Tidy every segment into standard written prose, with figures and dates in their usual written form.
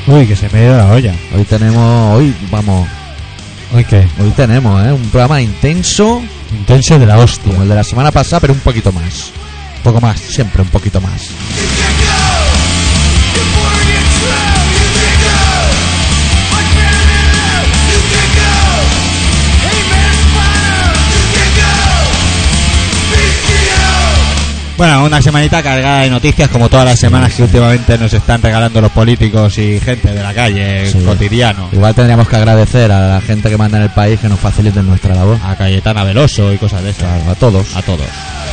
Uy, que se me ha ido la olla. Hoy tenemos, ¿Hoy qué? hoy tenemos, un programa intenso, Intenso de la hostia. como el de la semana pasada, pero un poquito más. Un poco más. Siempre un poquito más. Bueno, una semanita cargada de noticias como todas las semanas que últimamente nos están regalando los políticos y gente de la calle, Sí. cotidiano. Igual tendríamos que agradecer a la gente que manda en el país que nos faciliten nuestra labor. A Cayetana Veloso y cosas de esas. Claro, a todos. A todos.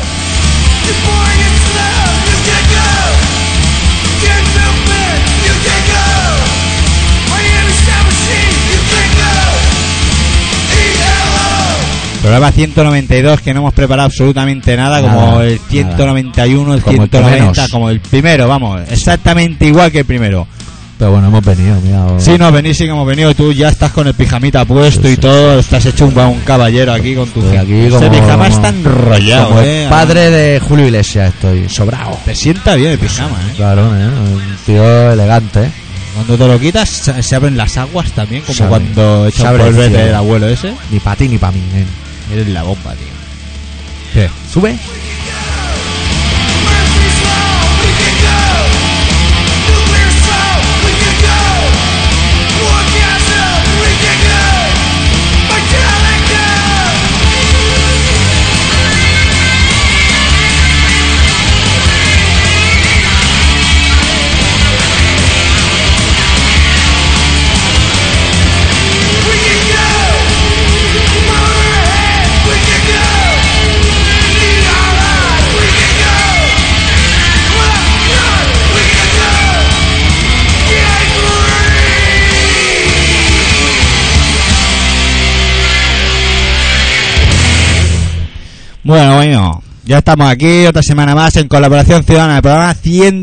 Programa 192 que no hemos preparado absolutamente nada, como Nada, el 191, el Como el que 190, menos. como el primero, vamos, exactamente igual que el primero. Pero bueno, hemos venido, mira. Sí, no, venís sí que hemos venido, tú ya estás con el pijamita puesto Sí, y sí. todo, estás hecho un caballero aquí con tu Estoy aquí Este como- pijama como- está enrollado, Como el Ah. padre de Julio Iglesias estoy, sobrado. Te sienta bien el pijama, Claro, un tío elegante. Cuando te lo quitas se abren las aguas también, como Se abre. cuando Se echa un abre el polvete cielo. el abuelo ese. Ni para ti ni para mí. Eres la bomba, tío. ¿Qué? Sube. Bueno, ya estamos aquí otra semana más en Colaboración Ciudadana, el programa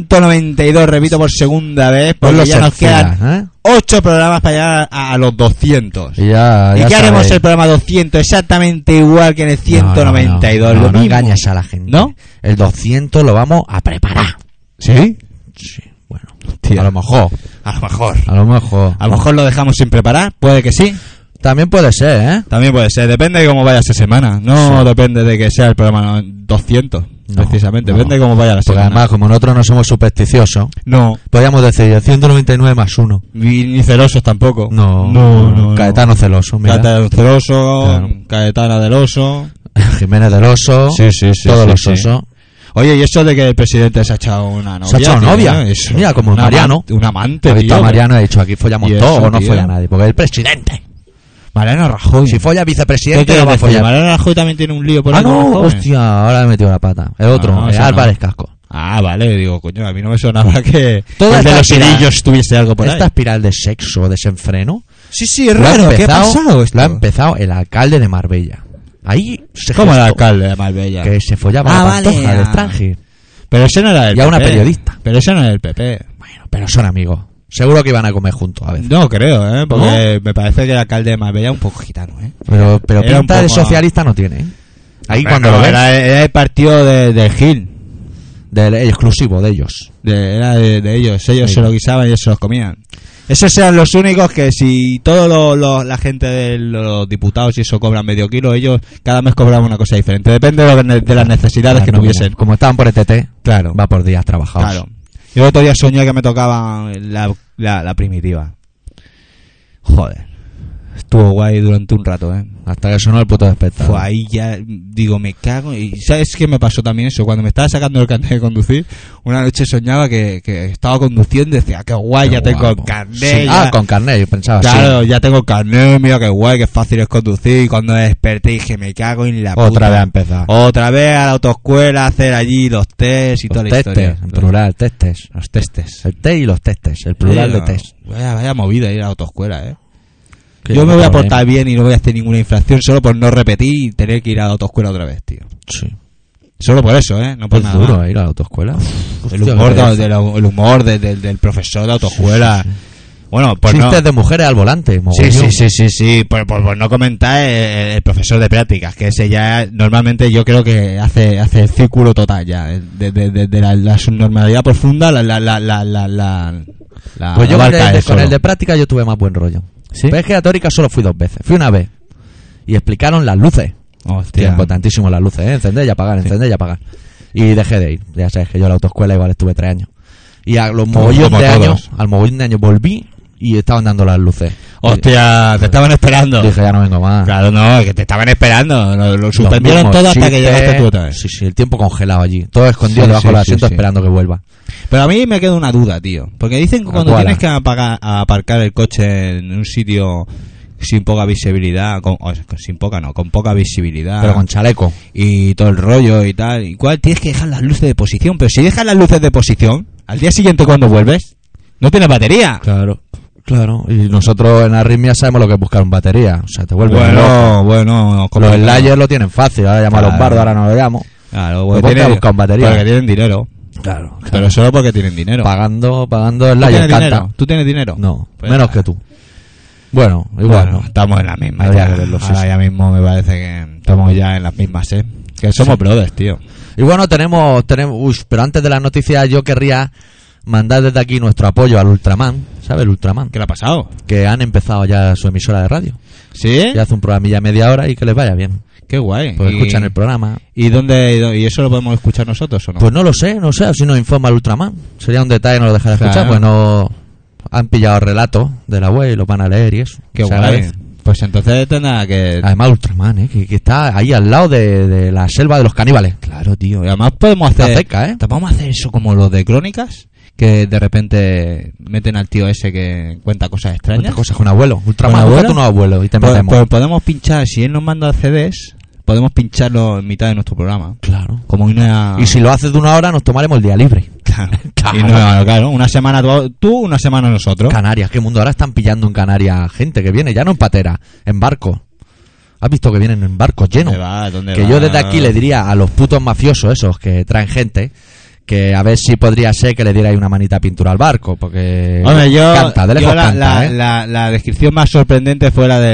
192, repito por segunda vez, porque Ponlo ya nos sencillas, quedan 8 programas para llegar a los 200. Y ya, ¿Y ya qué haremos sabéis. el programa 200? Exactamente igual que en el 192. No, lo no mismo. engañes a la gente. ¿No? El 200 lo vamos a preparar. ¿Sí? Sí, bueno. Hostia. A lo mejor. A lo mejor. A lo mejor. A lo mejor lo dejamos sin preparar, puede que sí. También puede ser, ¿eh? También puede ser, depende de cómo vaya esa semana. No Sí. depende de que sea el programa 200, No, precisamente. no. Depende de cómo vaya la Porque semana. además, como nosotros no somos supersticiosos, No, podríamos decir el 199 más 1. ni celosos tampoco. No, no. Caetano celoso, mira. Caetano celoso, Claro. Caetana del oso. Jiménez del oso. Sí, sí, sí, Todos sí, los sí. osos. Oye, y eso de que el presidente se ha echado una novia. Se ha echado tío, novia. eso. Mira, como Mariano. Un amante, Ha visto tío. a Mariano y ha dicho aquí follamos ¿Y todos eso, o no tío? folla nadie. Porque es el presidente. Mariano Rajoy. Si folla ¿Qué vicepresidente, quieres no va a decir? follar. Mariano Rajoy también tiene un lío por Ah, ahí con los no, jóvenes. hostia, ahora he metido la pata. El otro, no, ese Álvarez no. Casco. Ah, vale, digo, coño, a mí no me sonaba que Toda el de esta los espiral- cerillos tuviese algo por Esta ahí. espiral de sexo, desenfreno, Sí, sí, es lo ha raro. ¿Qué ha empezado- pasado esto? Lo ha empezado el alcalde de Marbella. Ahí se ¿Cómo el gestó alcalde de Marbella? que se follaba Ah, a la vale, Pantoja de ah. extranjero. Pero ese no era del Y a una PP. periodista. Pero ese no era del PP. Bueno, pero son amigos. Seguro que iban a comer juntos a veces. No creo, porque me parece que el alcalde de Marbella es un poco gitano, Pero Era un pinta de poco- socialista no tiene, ¿eh? Ahí Hombre, cuando no, lo ves, era el partido de Gil. del exclusivo de ellos. Era de ellos. Ellos Sí. se lo guisaban y ellos se los comían. Esos eran los únicos que si la gente de los diputados y eso cobran medio kilo, ellos cada mes cobraban una cosa diferente. Depende de las necesidades que Claro, tuviesen. Como estaban por ETT, Claro. va por días trabajados. Claro. Yo el otro día soñé que me tocaba la primitiva. Joder. Estuvo guay durante un rato, Hasta que sonó el puto despertador. Fue ahí ya, digo, me cago. Y ¿sabes qué me pasó también eso? Cuando me estaba sacando el carnet de conducir, una noche soñaba que estaba conduciendo y decía, qué guay, Qué ya tengo el guapo. carnet. Sí. ya. Ah, con carnet, yo pensaba Claro, así. ya tengo el carnet, mira qué guay, qué fácil es conducir. Y cuando me desperté dije, me cago en la puta. Otra vez a empezar. Otra vez a la autoescuela, a hacer allí los test y toda Los la testes, historia. en plural, testes. Los testes. El test y los testes, el plural de test. Vaya movida ir a la autoescuela, Que Yo me voy a problema. portar bien y no voy a hacer ninguna infracción solo por no repetir y tener que ir a la autoescuela otra vez, tío. Sí. Solo por eso, no por Es nada duro más. ir a la autoescuela. El humor, el humor del profesor de autoescuela. Sí, sí, Bueno, pues Chistes no. de mujeres al volante. Sí, mogollón. sí. Por no comentar el profesor de prácticas, que ese ya normalmente yo creo que hace el círculo total ya. De la subnormalidad profunda, la Pues yo la con barca el, es con solo. el de práctica yo tuve más buen rollo. ¿Sí? Pero es que a teórica solo fui 2 veces. Fui una vez y explicaron las luces. Que Hostia. es importantísimo las luces, ¿eh? Encender y apagar, encender y apagar. Y dejé de ir. Ya sabes que yo a la autoescuela igual estuve 3 años. Y a los mogollón como de todos. años, al mogollón de años volví y estaban dando las luces. Hostia, te estaban esperando. Dije, ya no vengo más. Claro, no, que te estaban esperando. Lo Los suspendieron mismos todo hasta que chistes. llegaste tú otra vez. Sí, sí, el tiempo congelado allí. Todo escondido Sí, debajo sí, del sí, asiento sí. esperando que vuelva. Pero a mí me queda una duda, tío. Porque dicen que cuando ¿Cuál? tienes que aparcar el coche en un sitio sin poca visibilidad, sin poca no, con poca visibilidad Pero con chaleco. y todo el rollo y tal, igual tienes que dejar las luces de posición. Pero si dejas las luces de posición, al día siguiente cuando vuelves, no tienes batería. Claro. Claro. Y nosotros en Arritmia sabemos lo que es buscar en batería. O sea, te vuelves loco. Bueno, Los slayers lo tienen fácil. Ahora llamo a Claro. Lombardo, ahora no lo llamo. Claro, Pues ponte a buscar en batería. Porque tienen dinero. Claro. Pero solo porque tienen dinero. Pagando ¿Tú slayer tienes canta. dinero? ¿Tú tienes dinero? No, Pues menos nada. que tú. Bueno, igual Bueno, no. estamos en la misma. Habría Ya. que verlo, sí, Ahora sí. ya mismo me parece que estamos ya en las mismas, ¿eh? Que somos brothers, tío. Y bueno, tenemos, uy, pero antes de las noticias yo querría mandar desde aquí nuestro apoyo al Ultraman, ¿sabes? El Ultraman, ¿Qué le ha pasado? que han empezado ya su emisora de radio. ¿Sí? Ya hace un programilla media hora y que les vaya bien. Qué guay. Pues escuchan el programa. ¿Y dónde? ¿Y eso lo podemos escuchar nosotros o no? Pues no lo sé, si nos informa el Ultraman. Sería un detalle, no lo dejaré Claro. escuchar, pues no han pillado relatos de la web y los van a leer y eso. Qué Se guay. agradece. Pues entonces tendrá que... Además Ultraman, que está ahí al lado de la selva de los caníbales. Claro, tío. Y además podemos Está hacer... cerca, ¿eh? Vamos a hacer eso como los de Crónicas, que de repente meten al tío ese que cuenta cosas extrañas. Cuántas cosas con abuelo. Ultraman, ¿Con abuelo? busca tu nuevo abuelo y te Pues, metemos. pues podemos pinchar, si él nos manda CDs, podemos pincharlo en mitad de nuestro programa. Claro. Como una... Y si lo haces de 1 hora, nos tomaremos el día libre. Claro. Claro. Y no, claro, una semana tú, una semana nosotros. Canarias, qué mundo. Ahora están pillando en Canarias gente que viene, ya no en patera, en barco. ¿Has visto que vienen en barcos llenos? ¿Dónde va? ¿Dónde Que va? yo desde aquí le diría a los putos mafiosos esos que traen gente que a ver si podría ser que le dierais una manita de pintura al barco, porque Hombre, yo, canta, de lejos yo canta, ¿eh? la descripción más sorprendente fue la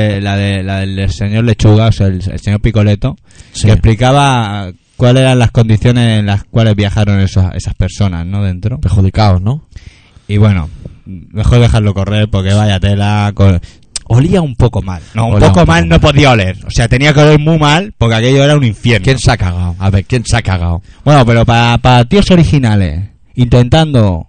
del señor Lechuga, o sea, el señor Picoleto, Sí. que explicaba cuáles eran las condiciones en las cuales viajaron esas personas, ¿no? Dentro. Perjudicados, ¿no? Y bueno, mejor dejarlo correr porque vaya tela. Olía un poco mal. No, un Olía poco un poco mal no mal. podía oler. O sea, tenía que oler muy mal porque aquello era un infierno. ¿Quién se ha cagado? A ver, ¿quién se ha cagado? Bueno, pero para tíos originales, intentando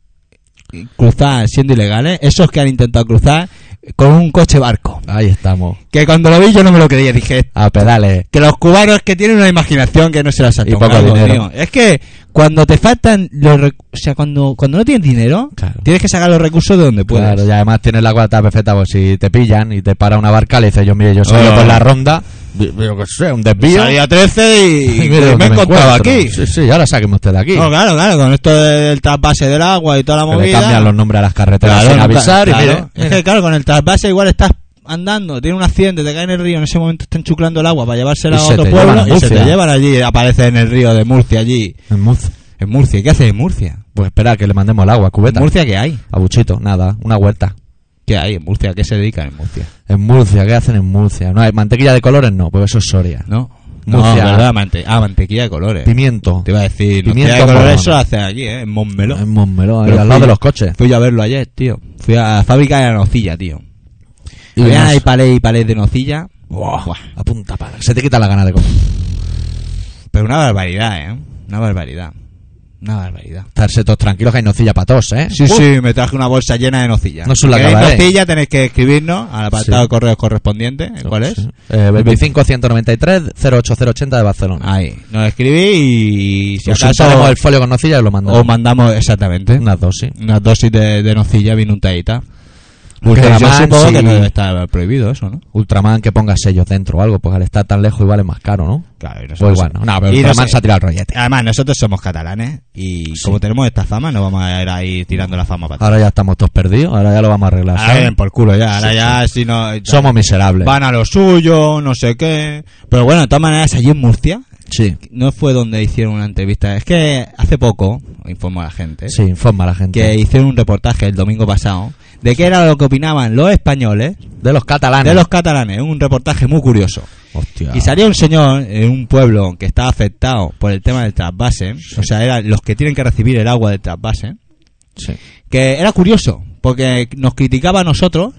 cruzar siendo ilegales, esos que han intentado cruzar con un coche barco. Ahí estamos. Que cuando lo vi yo no me lo creía, dije A pedales. que los cubanos que tienen una imaginación que no se las ha Y poco tocado, dinero. tío. Es que cuando te faltan o sea, cuando no tienes dinero, Claro. tienes que sacar los recursos de donde puedes. Claro, y además tienes la cuarta perfecta, pues si te pillan y te para una barca, le dices yo, mire, yo salí Oh. por la ronda, yo qué sé, un desvío. Salí a 13 y mire me lo he que encontrado encuentro. aquí. Sí, sí, ahora sáqueme usted de aquí. No, claro, con esto del trasvase del agua y toda la Que le movida. cambian los nombres a las carreteras sin nunca- avisar y claro. mire. Es que claro, con el trasvase igual estás andando, tiene un accidente, te cae en el río, en ese momento están chuclando el agua para llevársela Y a se otro te pueblo llevan a y se te Murcia. llevan allí, aparece en el río de Murcia allí. En Murcia. En Murcia, ¿y qué hace en Murcia? Pues espera, que le mandemos el agua, ¿En cubeta. Murcia qué hay? A Buchito, nada, una huerta. ¿Qué hay en Murcia? ¿A qué se dedican en Murcia? En Murcia, ¿qué hacen en Murcia? No hay mantequilla de colores, no, porque eso es Soria. ¿No? Murcia. No, ¿verdad? Mantequilla de colores. Pimiento. Te iba a decir, Pimiento mantequilla de colores morrón. eso lo hacen aquí, ¿eh? En Montmeló. En Montmeló, ahí Pero al lado fui- de los coches. Fui yo a verlo ayer, tío. Fui a la fábrica de la nocilla, tío. Y Habían más. ahí palés y palés de nocilla. Buah, a punta para. Se te quita la gana de comer. Pero una barbaridad, ¿eh? Una barbaridad. Una barbaridad. Estarse todos tranquilos que hay nocilla para todos, ¿eh? Sí, sí, me traje una bolsa llena de nocilla. No se la Si queréis acabaré. nocilla tenéis que escribirnos al apartado Sí. de correos correspondiente. ¿Cuál es? Sí. 25-193-08080 de Barcelona. Ahí. Nos escribís y si Os acaso usaremos el folio con nocilla y lo mandamos. os mandamos exactamente Unas dosis. unas dosis de nocilla bien untadita. Ultraman, Yo supongo sí. que no debe estar prohibido eso, ¿no? Ultraman que ponga sellos dentro o algo, pues al estar tan lejos igual es más caro, ¿no? Claro, y Pues igual, no. No, pero y Ultraman sé. se ha tirado el rollete. Además, nosotros somos catalanes y Sí. como tenemos esta fama, no vamos a ir ahí tirando la fama para atrás. Ahora ya estamos todos perdidos, ahora ya lo vamos a arreglar. Ahora ¿sabes? vienen por culo ya, ahora Sí, ya si no... Somos miserables. Van a lo suyo, no sé qué. Pero bueno, de todas maneras, allí en Murcia, Sí, no fue donde hicieron una entrevista. Es que hace poco, informo a la gente, sí, informa a la gente. que hicieron un reportaje el domingo pasado de qué era lo que opinaban los españoles De los catalanes. de los catalanes. Un reportaje muy curioso. Hostia. Y salía un señor en un pueblo que estaba afectado por el tema del trasvase. O sea, eran los que tienen que recibir el agua del trasvase. Sí. Que era curioso, porque nos criticaba a nosotros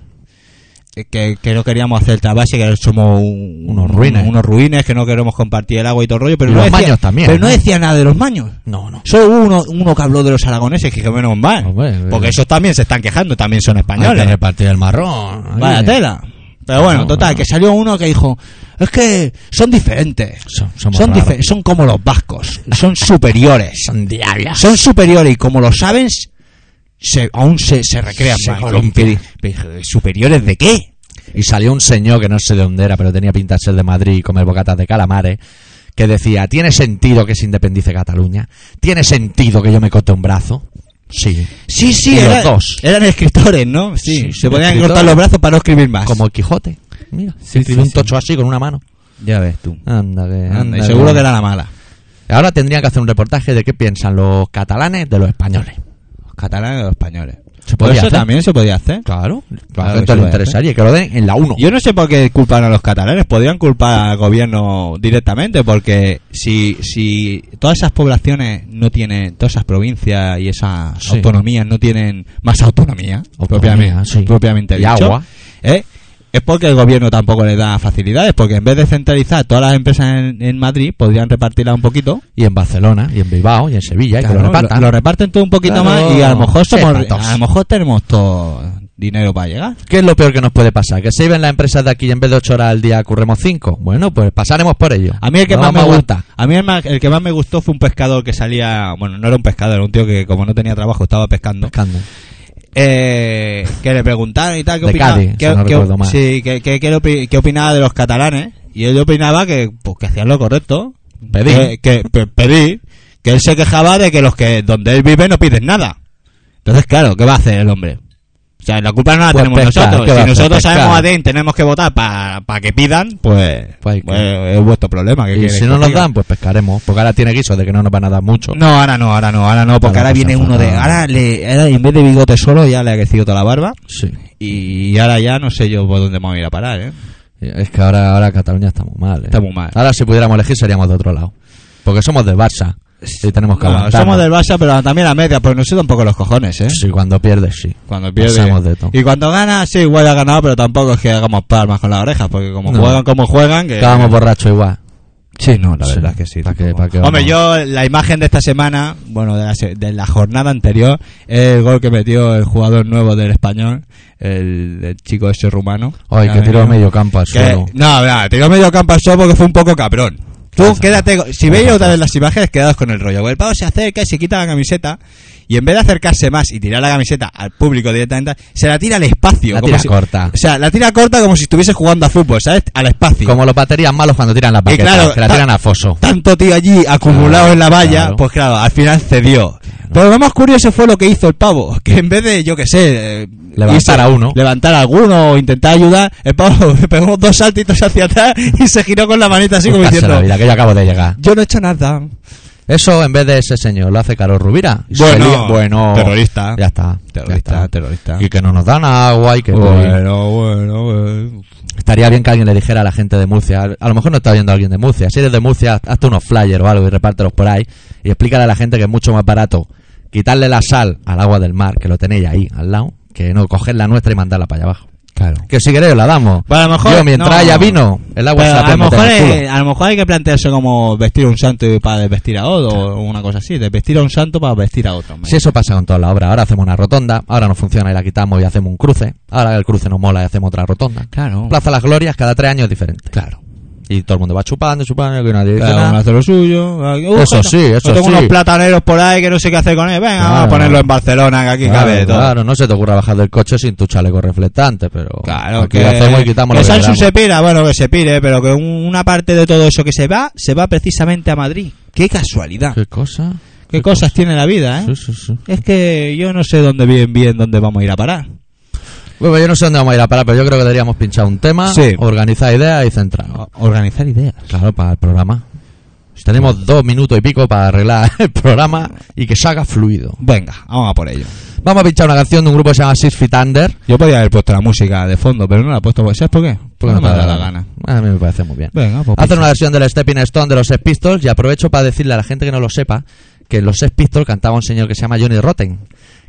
que no queríamos hacer el trabajo, que somos unos ruines, que no queremos compartir el agua y todo el rollo, pero y no los decía, maños también, pero no ¿no? decía nada de los maños. No. Solo hubo uno que habló de los aragoneses, que menos mal, Hombre, porque esos también se están quejando, también son Hay que españoles. repartir el marrón. Vaya Ahí. tela. Pero bueno, total, que salió uno que dijo, es que son diferentes, Somos son, raros. son como los vascos, son superiores, Son diablas. son superiores y como lo saben, aún se recrean Se más. columpian. ¿Superiores de qué? Y salió un señor que no sé de dónde era, pero tenía pinta de ser de Madrid y comer bocatas de calamares, que decía, ¿tiene sentido que se independice Cataluña? ¿Tiene sentido que yo me corte un brazo? Sí. Sí, Y los eran, dos. eran escritores, ¿no? Sí, se podían escritores. cortar los brazos para no escribir más. Como el Quijote. Mira, Sí, escribió sí, un tocho así con una mano. Ya ves tú. Anda, Y seguro que era la mala. Ahora tendrían que hacer un reportaje de qué piensan los catalanes de los españoles. Los catalanes y los españoles. ¿Se Por podía eso hacer? también se podía hacer. Claro, a la Claro gente que le se interesaría que lo den en la 1. Yo no sé por qué culpan a los catalanes, podrían culpar al gobierno directamente, porque si todas esas poblaciones no tienen, todas esas provincias y esas Sí. autonomías no tienen más autonomía, Autonomía, sí. propiamente Y dicho, agua. es porque el gobierno tampoco le da facilidades, porque en vez de centralizar todas las empresas en Madrid, podrían repartirlas un poquito. Y en Barcelona, y en Bilbao, y en Sevilla, y que lo repartan. Lo reparten todo un poquito Claro. más y a lo mejor Sepatos. a lo mejor tenemos todo dinero para llegar. ¿Qué es lo peor que nos puede pasar? ¿Que se iban las empresas de aquí y en vez de 8 horas al día curremos 5? Bueno, pues pasaremos por ello. A mí el que No más me vamos a gusta, el que más me gustó fue un pescador que salía, bueno, no era un pescador, era un tío que como no tenía trabajo estaba pescando. Pescando. Que le preguntaron y tal De Cádiz, si no recuerdo mal. sí, qué opinaba de los catalanes, y él opinaba que pues que hacían lo correcto. Pedir. Pedir, que él se quejaba de que los que donde él vive no piden nada. Entonces, claro, ¿qué va a hacer el hombre? O sea, la culpa no la Pues tenemos pescar, nosotros. ¿qué va a Si hacer? nosotros Pescar. sabemos a DEN, tenemos que votar para que pidan, pues es vuestro problema. ¿Qué Y queréis si que no os nos diga? dan, pues pescaremos. Porque ahora tiene guiso de que no nos van a dar mucho. No, ahora no, porque Ahora ahora viene pasa uno de... fatal. Ahora en vez de bigote solo ya le ha crecido toda la barba. Sí. Y ahora ya no sé yo por dónde vamos a ir a parar, ¿eh? Es que ahora Cataluña está muy mal. Está muy mal. Ahora si pudiéramos elegir seríamos de otro lado. Porque somos del Barça. Y tenemos que No, aguantarnos. somos del Barça, pero también a media, pues no sé tampoco los cojones, ¿eh? Sí, cuando pierdes, sí. Cuando pierde. Pasamos de todo. Y cuando gana, sí, igual ha ganado, pero tampoco es que hagamos palmas con las orejas, porque como No. juegan como juegan, que... Estábamos borrachos igual. Sí, no, la Sí. verdad es que sí. ¿Para qué- tampoco. para qué Hombre, vamos? yo, la imagen de esta semana, bueno, de la jornada anterior, es el gol que metió el jugador nuevo del Español, el chico ese rumano. Ay, que tiró medio campo al suelo. No, tiró medio campo al suelo porque fue un poco cabrón. Tú Pasa. quédate, si veis otra vez las imágenes, quedaos con el rollo. El pavo se acerca y se quita la camiseta, y en vez de acercarse más y tirar la camiseta al público directamente, se la tira al espacio. La como tira si- corta. O sea, la tira corta como si estuviese jugando a fútbol, ¿sabes? Al espacio. Como los baterías malos cuando tiran las baquetas, claro, que la tiran a foso. Tanto tío allí acumulado Claro, en la valla, claro. pues claro, al final cedió. Pero lo más curioso fue lo que hizo el pavo, que en vez de, yo que sé, Levantar a uno. levantar a alguno o intentar ayudar, el pavo pegó 2 saltitos hacia atrás y se giró con la manita así como Buscarse diciendo, la vida, que yo acabo de llegar. yo no he hecho nada. Eso en vez de ese señor lo hace Carlos Rubira. Y Bueno, se lía- bueno, terrorista. Ya está. Terrorista, ya está. terrorista. Y que no nos dan agua y que Bueno. estaría bien que alguien le dijera a la gente de Murcia. A lo mejor no está viendo alguien de Murcia. Si eres de Murcia, hazte unos flyers o algo y repártelos por ahí. Y explícale a la gente que es mucho más barato quitarle la sal al agua del mar, que lo tenéis ahí al lado, que no coger la nuestra y mandarla para allá abajo. Claro. Que si queréis os la damos. Bueno, a lo mejor Yo, mientras no. haya vino, el agua Pero se la a puede lo meter mejor en el culo. a lo mejor hay que plantearse como vestir a un santo para desvestir a otro, o una cosa así, desvestir a un santo para vestir a otro. Si eso pasa con toda la obra, ahora hacemos una rotonda, ahora no funciona y la quitamos y hacemos un cruce, ahora el cruce nos mola y hacemos otra rotonda. Claro. Plaza Las Glorias cada 3 años es diferente. Claro. Y todo el mundo va chupando, que nadie dice Cada uno nada. hace lo suyo. Eso sí, eso Yo tengo sí. unos plataneros por ahí que no sé qué hacer con ellos. Venga, vamos a Claro. ponerlo en Barcelona, que aquí cabe de todo. Claro, no se te ocurra bajar del coche sin tu chaleco reflectante, pero Claro, aquí lo hacemos y quitamos que lo que Samsung queramos. se pira, bueno, que se pire, pero que una parte de todo eso que se va precisamente a Madrid. Qué casualidad. ¿Qué cosa? Qué cosas tiene la vida, ¿eh? Sí. Es que yo no sé dónde bien dónde vamos a ir a parar. Bueno, yo no sé dónde vamos a ir a parar, pero yo creo que deberíamos pinchar un tema, Sí. organizar ideas y centrarnos. Organizar ideas. Claro, para el programa. Tenemos 2 minutos y pico para arreglar el programa y que salga fluido. Venga, vamos a por ello. Vamos a pinchar una canción de un grupo que se llama Six Feet Under. Yo podía haber puesto la música de fondo, pero no la he puesto. ¿Sabes por qué? Porque no me da la gana. A mí me parece muy bien. Venga, pues Hacen pincha. una versión del Stepping Stone de los Sex Pistols y aprovecho para decirle a la gente que no lo sepa que los Sex Pistols cantaba un señor que se llama Johnny Rotten,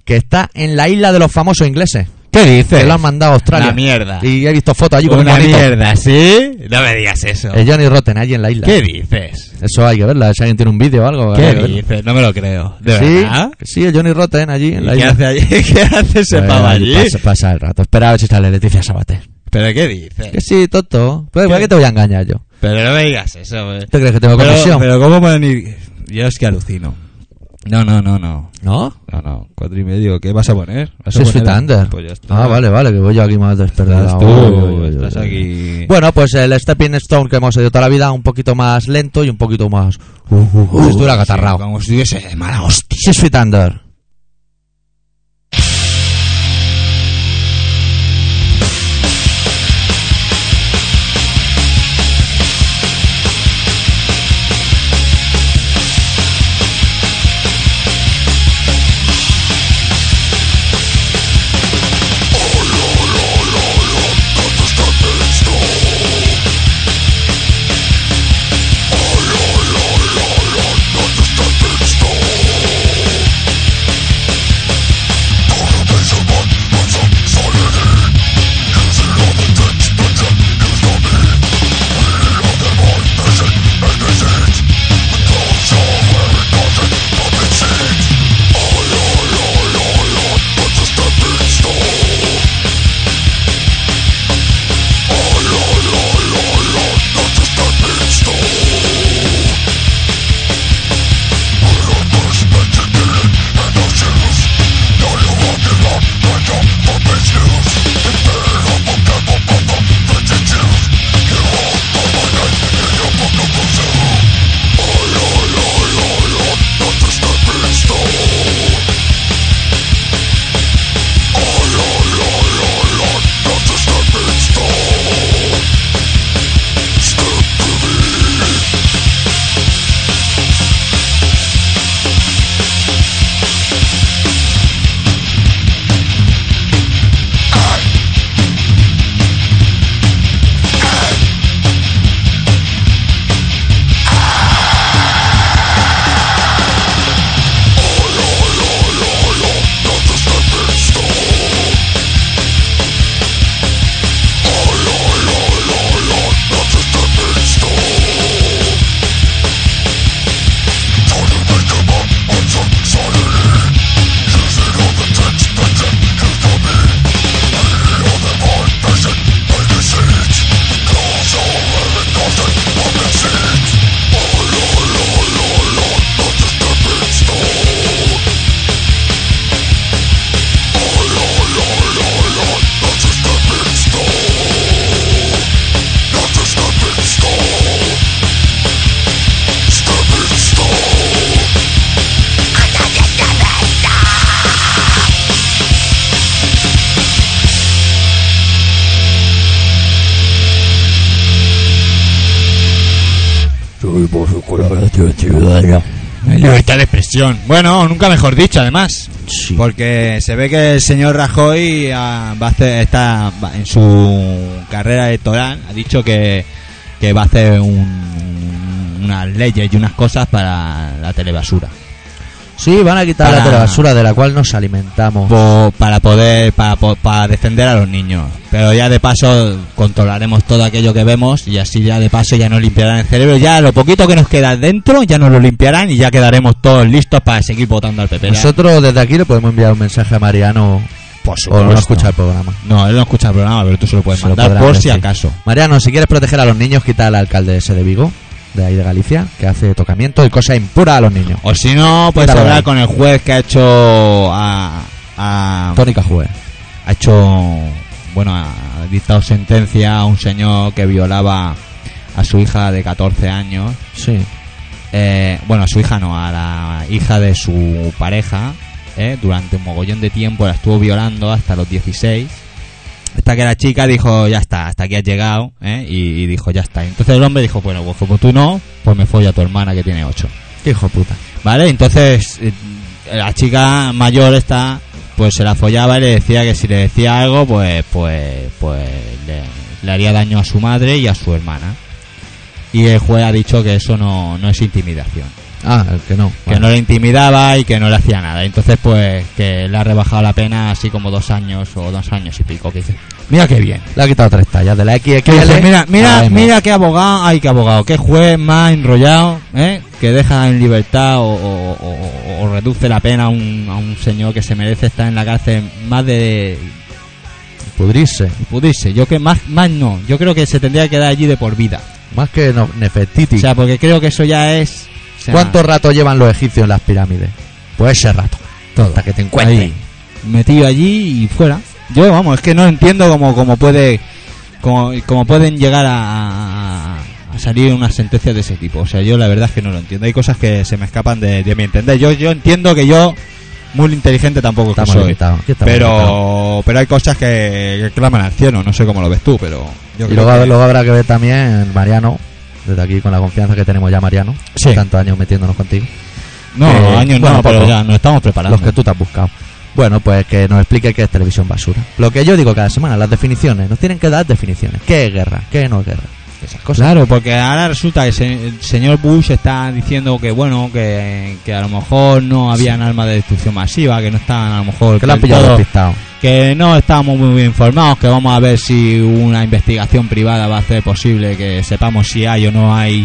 que está en la isla de los famosos ingleses. ¿Qué dices? Que lo han mandado a Australia. Una mierda. Y he visto fotos allí con un Una monito. mierda, ¿sí? No me digas eso. El Johnny Rotten allí en la isla. ¿Qué dices? Eso hay que verla. Si alguien tiene un vídeo o algo. ¿Qué hay que verlo. dices? No me lo creo. ¿De Sí, verdad? sí, el Johnny Rotten allí en la ¿Y qué isla. hace allí? ¿Qué hace ese Pues pavo allí? Pasa el rato. Espera a ver si sale Leticia Sabater. ¿Pero qué dices? Que sí, tonto. Pues, ¿Qué? ¿por qué te voy a engañar yo? Pero no me digas eso, güey. ¿Tú crees que tengo comisión? Pero ¿cómo pueden ir? Yo es que alucino. No. ¿No? No, 4,5. ¿Qué vas a poner? ¿Vas a Six poner? Feet Under. Pues ya está. Ah, vale, que voy yo aquí más despertado. Estás tú, Uy, estás uy. aquí. Bueno, pues el Stepping Stone que hemos oído toda la vida, un poquito más lento y un poquito más... estuviera catarrao. Sí, como si estuviese de mala hostia. 6 Feet Under. Libertad de expresión. Bueno, nunca mejor dicho, además. Sí. Porque se ve que el señor Rajoy está en su carrera electoral, ha dicho que va a hacer unas leyes y unas cosas para la telebasura. Sí, van a quitar la telebasura de la cual nos alimentamos. Para defender a los niños. Pero ya de paso controlaremos todo aquello que vemos y así ya de paso ya nos limpiarán el cerebro. Ya lo poquito que nos queda dentro ya nos lo limpiarán y ya quedaremos todos listos para seguir votando al PP. Nosotros desde aquí le podemos enviar un mensaje a Mariano. Por O supuesto. no escucha el programa. No, él no escucha el programa, pero tú se lo puedes Se lo mandar podrán por si decir. acaso. Mariano, si quieres proteger a los niños, quita al alcalde ese de Vigo, de ahí de Galicia, que hace tocamiento y cosa impura a los niños. O si no, puedes Quítalo de hablar ahí. con el juez que ha hecho Tónica Juez. ha dictado sentencia a un señor que violaba a su hija de 14 años. Sí. A su hija no, a la hija de su pareja. Durante un mogollón de tiempo la estuvo violando hasta los 16. Hasta que la chica dijo, ya está, hasta aquí has llegado, y dijo, ya está. Entonces el hombre dijo, bueno, pues como tú no, pues me follo a tu hermana que tiene 8. Qué hijo de puta. ¿Vale? Entonces la chica mayor esta pues se la follaba y le decía que si le decía algo pues le haría daño a su madre y a su hermana. Y el juez ha dicho que eso no es intimidación. Ah, el que no. Que Bueno. no le intimidaba y que no le hacía nada. Entonces, pues, que le ha rebajado la pena así como 2 años o 2 años y pico. Que dice, mira qué bien. Le ha quitado 3 tallas de la XXL. Que dice, mira, a la M. mira qué abogado, ay, qué abogado, qué juez más enrollado, que deja en libertad o reduce la pena a un señor que se merece estar en la cárcel más de Pudrirse. pudrirse. Yo que más no, yo creo que se tendría que quedar allí de por vida. Más que Nefertiti. O sea, porque creo que eso ya es... o sea, ¿Cuánto rato llevan los egipcios en las pirámides? Pues ese rato. todo. Hasta que te encuentres. Ahí, metido allí y fuera. Yo, vamos, es que no entiendo cómo pueden llegar a salir unas sentencias de ese tipo. O sea, yo la verdad es que no lo entiendo. Hay cosas que se me escapan de mi entender. Yo entiendo que yo, muy inteligente tampoco es que Estamos soy. limitados. Aquí estamos limitados. Pero hay cosas que claman al cielo. No sé cómo lo ves tú, pero yo Y creo luego, que... luego habrá que ver también Mariano. Desde aquí, con la confianza que tenemos ya, Mariano. Sí. Tantos años metiéndonos contigo. No, años bueno, no, pero poco. ya nos estamos preparando. Los que tú te has buscado. Bueno, pues que nos explique qué es televisión basura. Lo que yo digo cada semana, las definiciones. Nos tienen que dar definiciones. ¿Qué es guerra? ¿Qué no es guerra? Esas cosas. Claro, porque ahora resulta que el señor Bush está diciendo que bueno, que a lo mejor no habían armas de destrucción masiva, que no estaban a lo mejor Que lo han del pillado todo- despistado. que no estábamos muy bien informados, que vamos a ver si una investigación privada va a hacer posible que sepamos si hay o no hay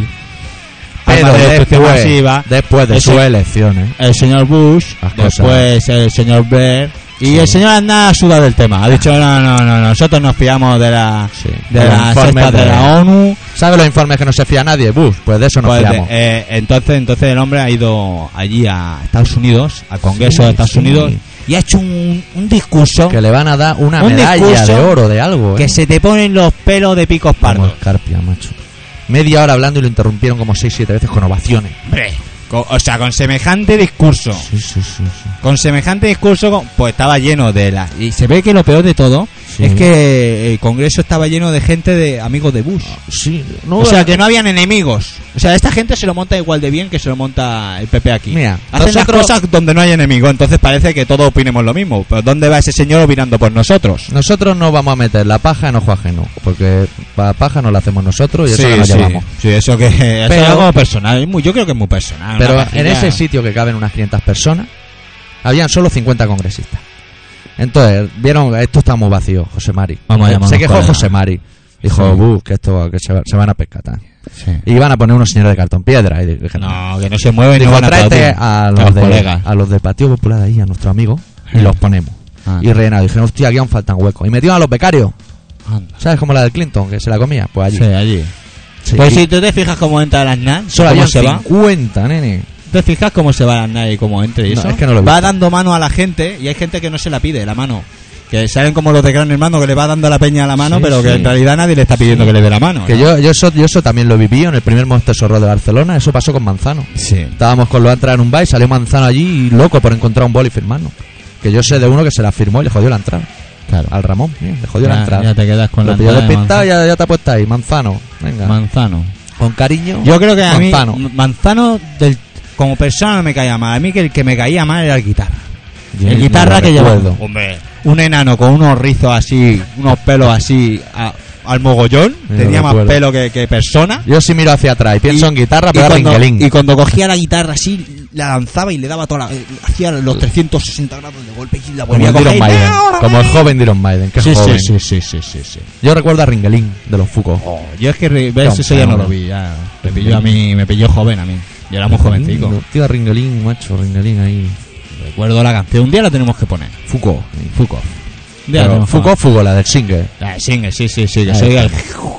Pero armas de destrucción masiva. después de Ese- sus elecciones. El señor Bush, Las cosas. después el señor Blair y Sí. el señor Aznar ha sudado del tema. Ha dicho no, nosotros nos fiamos de la Sí. de Los las informes estas de la ONU. ¿Sabe los informes que no se fía nadie? Bush, pues de eso nos Pues, fiamos. entonces el hombre ha ido allí a Estados Unidos, al Congreso Sí, de Estados sí. Unidos, y ha hecho un discurso Que le van a dar una un medalla discurso de oro, de algo. que se te ponen los pelos de picos Como pardos. Escarpia, macho. Media hora hablando y lo interrumpieron como 6-7 veces con ovaciones. Hombre, o sea, con semejante discurso, Sí. con semejante discurso, pues estaba lleno de la... Y se ve que lo peor de todo Sí. es que el Congreso estaba lleno de gente de amigos de Bush. Sí, no, O sea, que no habían enemigos. O sea, esta gente se lo monta igual de bien que se lo monta el PP aquí. Mira, Hacen las nosotros- cosas donde no hay enemigo, entonces parece que todos opinemos lo mismo. Pero ¿dónde va ese señor opinando por nosotros? Nosotros no vamos a meter la paja en ojo ajeno, porque la paja no la hacemos nosotros y eso que nos llevamos. Sí, eso que eso Pero- es algo personal. Yo creo que es muy personal. Pero una en pajilla. ese sitio que caben unas 500 personas, habían solo 50 congresistas. Entonces, vieron, esto está muy vacío, José Mari. Vamos a llamarnos Se quejó colega. José Mari. Dijo, Sí. que esto que se van a pescatar. Sí. Y iban a poner unos señores de cartón piedra. Y dije, No, que no se mueven y dijo, no van a tráete aplaudir. a los colegas. los del Partido Popular ahí, a nuestros amigos, y Sí. los ponemos. Ah. Y rellenado. Dijeron, hostia, aquí aún faltan huecos. Y metieron a los becarios. Anda. ¿Sabes cómo la del Clinton, que se la comía? Pues allí. Sí, allí. Sí. Pues Y si tú te fijas cómo entra el Aznar, solo cómo habían se va. 50, nene. ¿Te fijas cómo se va el Aznar y cómo entra y No, eso? es que no lo he va visto. dando mano a la gente y hay gente que no se la pide, la mano. Que salen como los de Gran Hermano que le va dando la peña a la mano, Sí, pero que sí. en realidad nadie le está pidiendo que le dé la mano. Que ¿no? yo eso también lo viví en el primer Monster Rock de Barcelona. Eso pasó con Manzano. Sí. Estábamos con los entradas en un bar y salió Manzano allí y loco por encontrar un boli y firmarnos. Que yo sé de uno que se la firmó y le jodió la entrada. Claro. Al Ramón, mira, le jodió la entrada. Ya te quedas con Lo la pilló entrada de despistado y ya te ha puesto ahí. Manzano, venga. Manzano. Con cariño. Yo creo que a mí Manzano. Manzano como persona no me caía mal. A mí que el que me caía mal era el guitarra. Yo El no guitarra lo que llevaba. recuerdo. Hombre, un enano con unos rizos así, unos pelos así al mogollón. Yo Tenía no más recuerdo. pelo que persona. Yo sí miro hacia atrás y pienso Y- en guitarra, y pero cuando, ringelín. y cuando cogía la guitarra así, la lanzaba y le daba toda la... hacía los 360 grados de golpe y la Como volvía a el Iron coger. Maiden. Como el joven de Iron Maiden. Qué Sí, joven. sí. Yo recuerdo a Ringelín de los Fucos. Yo es que ves, Qué eso ya no hombre. lo vi. Ya. Me pilló a mí, me pilló joven a mí. Yo era muy jovencico. Tío, Ringelín, macho, Ringelín ahí. Recuerdo la canción. Un día la tenemos que poner. Fuco. Fuco. Un día la Pero tenemos que Fuco, Fugo, la del single. poner. Ah, single, sí, que Ahí soy está. el...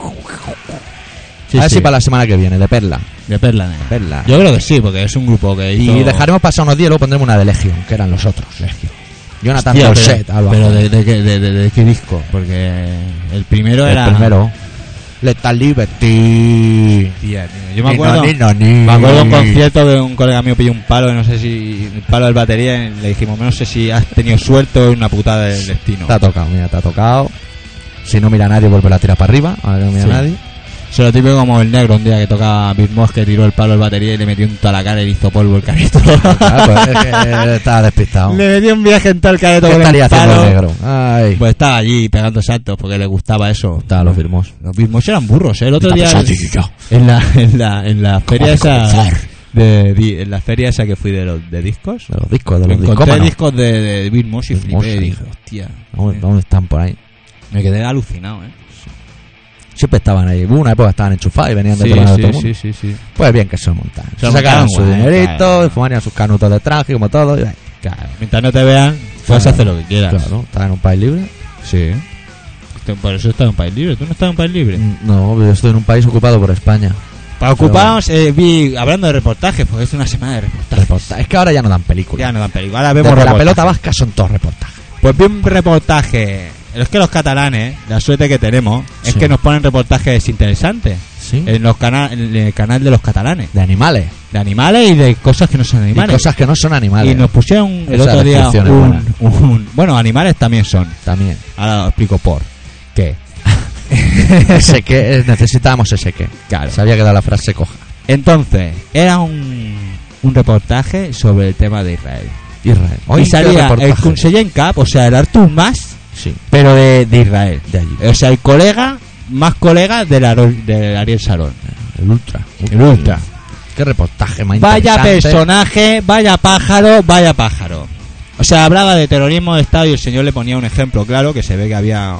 Sí, a ver sí, si para la semana que viene, de Perla. de Perla Negra. Perla. Yo creo que sí, porque es un grupo que hizo... Y dejaremos pasar unos días y luego pondremos una de Legion, que eran los otros. Legion. Jonathan Hostia, Dorset, al bajo. pero de qué disco, porque el primero el era... primero. Lethal Liberty. Tía, tío, yo me acuerdo... Ni. Me acuerdo de un concierto que un colega mío pilló un palo, no sé si... El palo del batería, y le dijimos, no sé si has tenido suerte o una putada del destino. Te ha tocado, mira, te ha tocado. Si no mira a nadie, vuelve a tirar para arriba. Ahora que no mira Sí. a nadie. Eso lo típico como el negro un día que tocaba Big Moss, que tiró el palo del batería y le metió un toda la cara y le hizo polvo el careto. Claro, pues es que estaba despistado. Le metió un viaje en todo el careto ¿Qué con estaría el haciendo palo. el negro? Ay. Pues estaba allí pegando saltos porque le gustaba eso. Estaban los firmos. Los Big Moss eran burros, ¿eh? El otro día en la feria esa en la feria esa que fui de discos. De los discos, de los Encontré discos. discos de Bill Moss y Bill flipé Moss, y sí. dije, hostia. ¿Dónde están por ahí? Me quedé alucinado, Siempre estaban ahí. Hubo una época que estaban enchufados y venían de Sí, todo el mundo. sí. Pues bien que se lo montan. Se lo Sacaron montaron su guay, dinerito, claro. y fumarían sus canutos de traje, como todo. Y, Claro, mientras no te vean, puedes Claro. hacer lo que quieras. claro, están en un país libre. Sí. Por eso estás en un país libre. ¿Tú no estás en un país libre? No, yo estoy en un país ocupado por España. Para ocupados, vi, hablando de reportajes, porque es una semana de reportajes. Es que ahora ya no dan películas. Ya no dan película. Ahora vemos Desde la reportajes. pelota vasca son todos reportajes. Pues vi un reportaje. Es que los catalanes, la suerte que tenemos, es Sí. que nos ponen reportajes interesantes Sí. en el canal de los catalanes. De animales. De animales y de cosas que no son Y animales. cosas que no son animales. Y nos pusieron el Esa otro día descripción es buena. bueno, animales también son. También. Ahora os explico por qué. Ese que necesitábamos ese que. Claro. Se había quedado la frase coja. Entonces, era un reportaje sobre el tema de Israel. Israel. Y salía el conseller en cap, o sea, el Artur Mas, Sí, pero de Israel. de allí. O sea, el colega, más colega del Ariel Sharon. El ultra. El ultra. Qué reportaje más Vaya interesante. personaje, vaya pájaro, vaya pájaro. O sea, hablaba de terrorismo de Estado y el señor le ponía un ejemplo claro, que se ve que había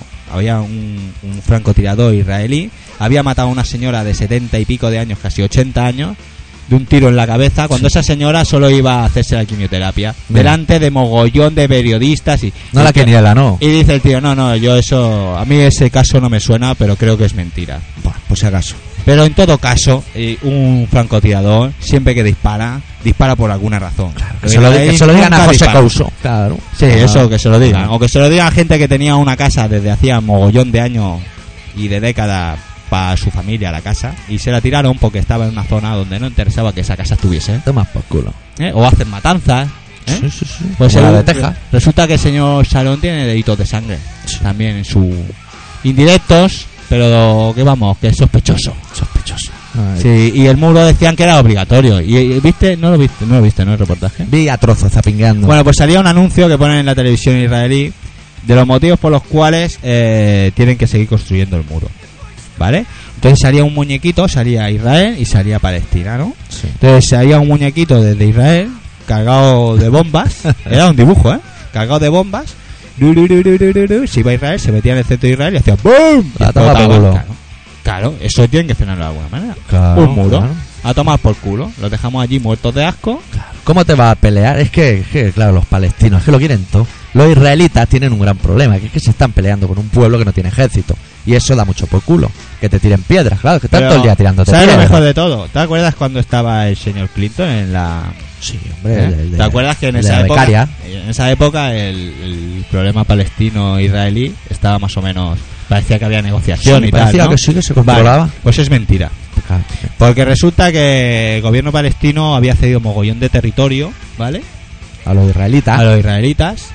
un francotirador israelí, había matado a una señora de 70 y pico de años, casi 80 años, de un tiro en la cabeza, cuando esa señora solo iba a hacerse la quimioterapia, Mira. delante de mogollón de periodistas y... No la quiniela, no. Y dice el tío, no, yo eso... A mí ese caso no me suena, pero creo que es mentira. Buah, pues si acaso. Pero en todo caso, un francotirador, siempre que dispara por alguna razón. Que se lo digan a Nunca José dispara. Couso. Claro. Sí, eso, que se lo digan. Claro. O que se lo digan a gente que tenía una casa desde hacía mogollón de años y de décadas para su familia, la casa, y se la tiraron porque estaba en una zona donde no interesaba que esa casa estuviese. Toma por culo. O hacen matanzas. Sí, sí, sí. Pues Como la de el- Texas. resulta que el señor Salón tiene deditos de sangre. Sí. También en su... Indirectos, pero que vamos, que es sospechoso. Sospechoso. Ay. Sí, y el muro decían que era obligatorio. ¿Y viste? ¿No lo viste, ¿no? El reportaje. Vi a trozos zapingueando. Bueno, pues salía un anuncio que ponen en la televisión israelí de los motivos por los cuales tienen que seguir construyendo el muro. ¿Vale? Entonces salía un muñequito, salía Israel y salía Palestina, ¿no? Sí. Entonces salía un muñequito desde Israel cargado de bombas. Era un dibujo, ¿eh? Cargado de bombas. Se iba a Israel, se metía en el centro de Israel y hacía ¡BOOM! Y La toma por explotaba. culo. Claro, eso tienen que frenarlo de alguna manera. Claro, Un muro. claro. A tomar por culo. Los dejamos allí muertos de asco. ¿Cómo te vas a pelear? Es que, claro, los palestinos, es que lo quieren todo. Los israelitas tienen un gran problema, que es que se están peleando con un pueblo que no tiene ejército. Y eso da mucho por culo. Que te tiren piedras, claro, que están Pero, todo el día tirándote ¿sabes piedras. lo mejor de todo? ¿Te acuerdas cuando estaba el señor Clinton en la... Sí, hombre. ¿Eh? ¿Te acuerdas que en el de esa la época, becaria? en esa época el problema palestino-israelí estaba más o menos... Parecía que había negociación Sí, y tal, parecía ¿no? que sí, que se controlaba. Vale, pues es mentira. Claro. Porque resulta que el gobierno palestino había cedido mogollón de territorio, ¿vale? A los israelitas. A los israelitas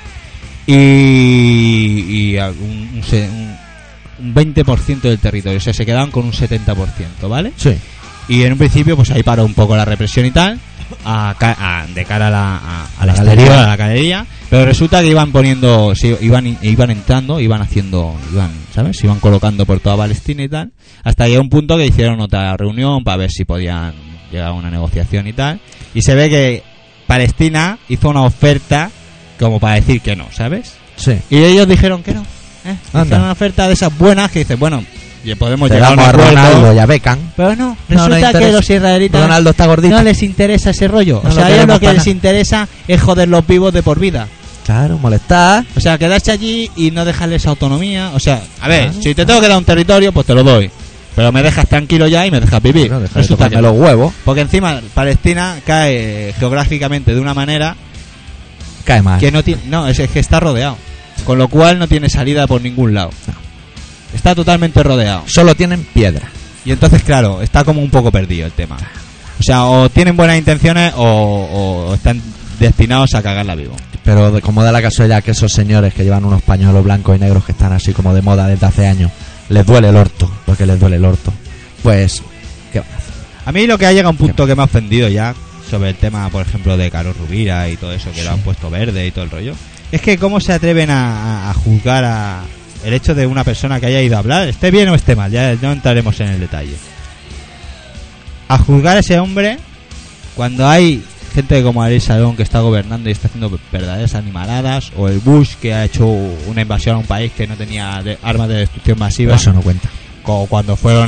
y a un 20% del territorio, o sea, se quedaban con un 70%, ¿vale? Sí. Y en un principio pues ahí paró un poco la represión y tal de cara a la galería. exterior, a la galería, pero resulta que iban poniendo, sí, iban entrando, ¿sabes? Se iban colocando por toda Palestina y tal, hasta llegó un punto que hicieron otra reunión para ver si podían llegar a una negociación y tal, y se ve que Palestina hizo una oferta como para decir que no, ¿sabes? Sí. Y ellos dijeron que no, Anda. hicieron una oferta de esas buenas que dicen, bueno, ya podemos Te llegar a un damos a acuerdo. Ronaldo y a Beckham. Pero no, No, no resulta que interesa. los israelitas Ronaldo está gordito. no les interesa ese rollo. No O sea, lo a ellos queremos lo que para les nada. interesa es joder los vivos de por vida. Claro, molestar. O sea, quedarse allí y no dejarles autonomía. O sea, a ver, Claro. si te tengo que dar un territorio, pues te lo doy. Pero me dejas tranquilo ya y me dejas vivir. Bueno, deja de Resulta tocarme que los no. huevos. Porque encima Palestina cae geográficamente de una manera Cae mal. que no tiene... No, es que está rodeado. Con lo cual no tiene salida por ningún lado. Está totalmente rodeado. Solo tienen piedra. Y entonces, claro, está como un poco perdido el tema. O sea, o tienen buenas intenciones o están destinados a cagarla vivo. Pero como da la casualidad que esos señores que llevan unos pañuelos blancos y negros que están así como de moda desde hace años, les duele el orto, porque les duele el orto. Pues, ¿qué van a hacer? A mí lo que ha llegado a un punto que me ha ofendido ya sobre el tema, por ejemplo, de Carlos Rubira y todo eso, que lo han puesto verde y todo el rollo, es que cómo se atreven a juzgar el hecho de una persona que haya ido a hablar, esté bien o esté mal, ya no entraremos en el detalle. A juzgar a ese hombre cuando hay gente como Ariel Sharon que está gobernando y está haciendo verdaderas animaladas, o el Bush que ha hecho una invasión a un país que no tenía armas de destrucción masiva, Eso no cuenta. como cuando fueron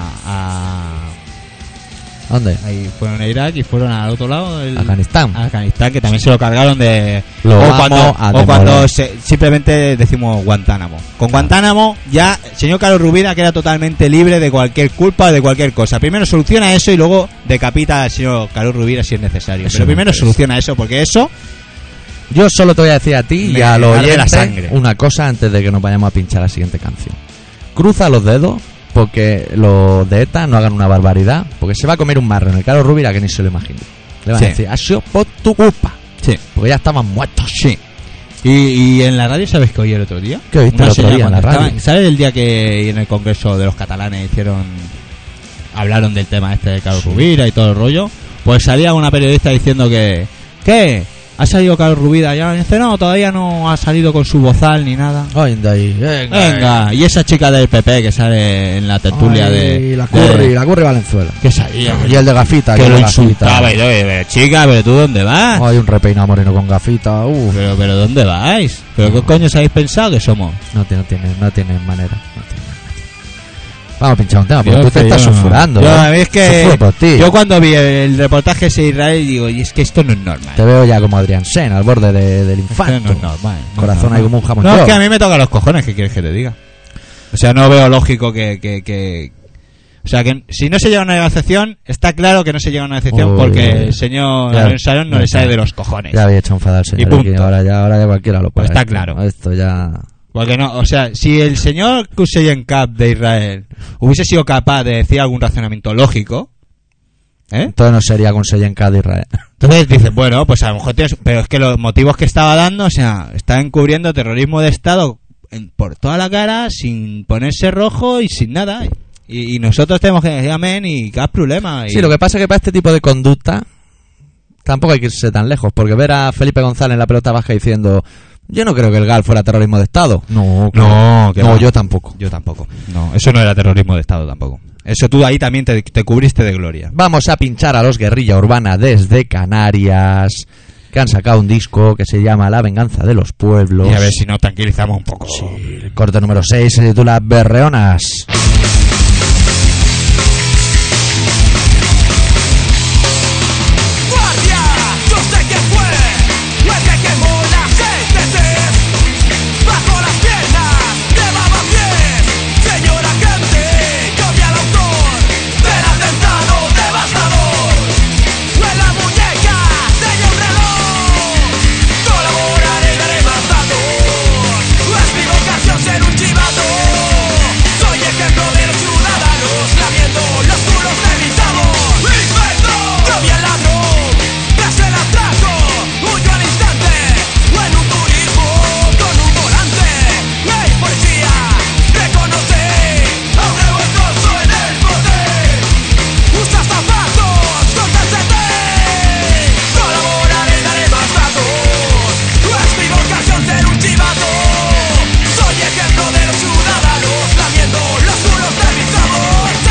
a ¿Dónde? ahí fueron a Irak y fueron al otro lado, Afganistán. a Afganistán, que también se lo cargaron de... Lo o vamos a cuando demoler. simplemente decimos Guantánamo. Con Guantánamo ya el señor Carlos Rubira queda totalmente libre de cualquier culpa o de cualquier cosa. Primero soluciona eso y luego decapita al señor Carlos Rubira si es necesario. Eso Pero me primero interesa. soluciona eso, porque eso... Yo solo te voy a decir a ti y Me a los arde la oyentes sangre. una cosa antes de que nos vayamos a pinchar la siguiente canción. Cruza los dedos porque los de ETA no hagan una barbaridad, porque se va a comer un marrón el Carlos Rubira que ni se lo imagina. Le van Sí. a decir, ha sido por tu culpa, Sí, porque ya estaban muertos. sí. Y en la radio, ¿sabes qué oí el otro día? ¿Qué oíste el otro señora día en la cuando radio? estaba- ¿Sabes el día que en el Congreso de los catalanes hablaron del tema este de Carlos Rubira y todo el rollo? Pues salía una periodista diciendo que... ¿Qué? ¿Ha salido Carlos Rubira ya? Y dice, no, todavía no ha salido con su bozal ni nada. Ay, de ahí, Venga, y esa chica del PP que sale en la tertulia Ay, de... la de- Curry Valenzuela. que salía... Y el de gafita, que el lo de gafita. insultaba y todo. Chica, ¿pero tú dónde vas? Hay un repeinado moreno con gafita. Pero ¿dónde vais? ¿Pero qué coño os habéis pensado que somos? No tiene manera. No tiene manera. Vamos a pinchar un tema, porque Yo tú te que estás yo no- sulfurando. yo, ¿eh? a mí es que Sufro por ti. yo cuando vi el reportaje ese de Israel digo, y es que esto no es normal. Te veo ya como Adrián Sen, al borde del Esto infarto. no es normal. no Corazón es normal. ahí como un jamón No, es york. que a mí me toca los cojones, ¿qué quieres que te diga? O sea, no veo lógico que... O sea, que si no se llega a una negociación, está claro que no se llega a una negociación Uy, porque el señor ya, Ariel Sharon no ya le sale está. de los cojones. Ya había hecho enfadar al señor. Y punto. Iki, ahora ya cualquiera lo Pues para. está claro. Esto ya... Porque no, o sea, si el señor Hussein Cap de Israel hubiese sido capaz de decir algún razonamiento lógico, ¿eh? Entonces no sería con Seyenka de Israel. Entonces dices, bueno, pues a lo mejor tienes... Pero es que los motivos que estaba dando, o sea, está encubriendo terrorismo de Estado por toda la cara, sin ponerse rojo y sin nada. Y nosotros tenemos que decir amén y que hay problema. Y... Sí, lo que pasa es que para este tipo de conducta tampoco hay que irse tan lejos, porque ver a Felipe González en la pelota baja diciendo, yo no creo que el GAL fuera terrorismo de Estado. No, No, que no, va. yo tampoco. Yo tampoco. No, eso no era terrorismo de Estado tampoco. Eso tú ahí también te cubriste de gloria. Vamos a pinchar a los Guerrilla Urbana desde Canarias, que han sacado un disco que se llama La Venganza de los Pueblos. Y a ver si nos tranquilizamos un poco. El corte número 6 se titula Berreonas. Guardia, yo sé que fue el que quemó la gente bajo las piernas, llevaba pies. Señora Cante, yo vi al autor del atentado devastador. En la muñeca tenía un reloj, colaboraré y daré más datos. Es mi vocación ser un chivato. Soy ejemplo de los ciudadanos lamiendo los muros de mi sabor. ¡Inspector! Yo vi al ladrón, tras el atraco, huyó al instante, en un turismo con un volante. ¡Hey, policía! ¡Reconoce a un revoltoso en el bote! ¡Usa zapatos con calcetín! Colaboraré y daré más datos. Es mi vocación ser un chivato. Soy ejemplo de los ciudadanos lamiendo los muros de mi sabor. ¡Sí!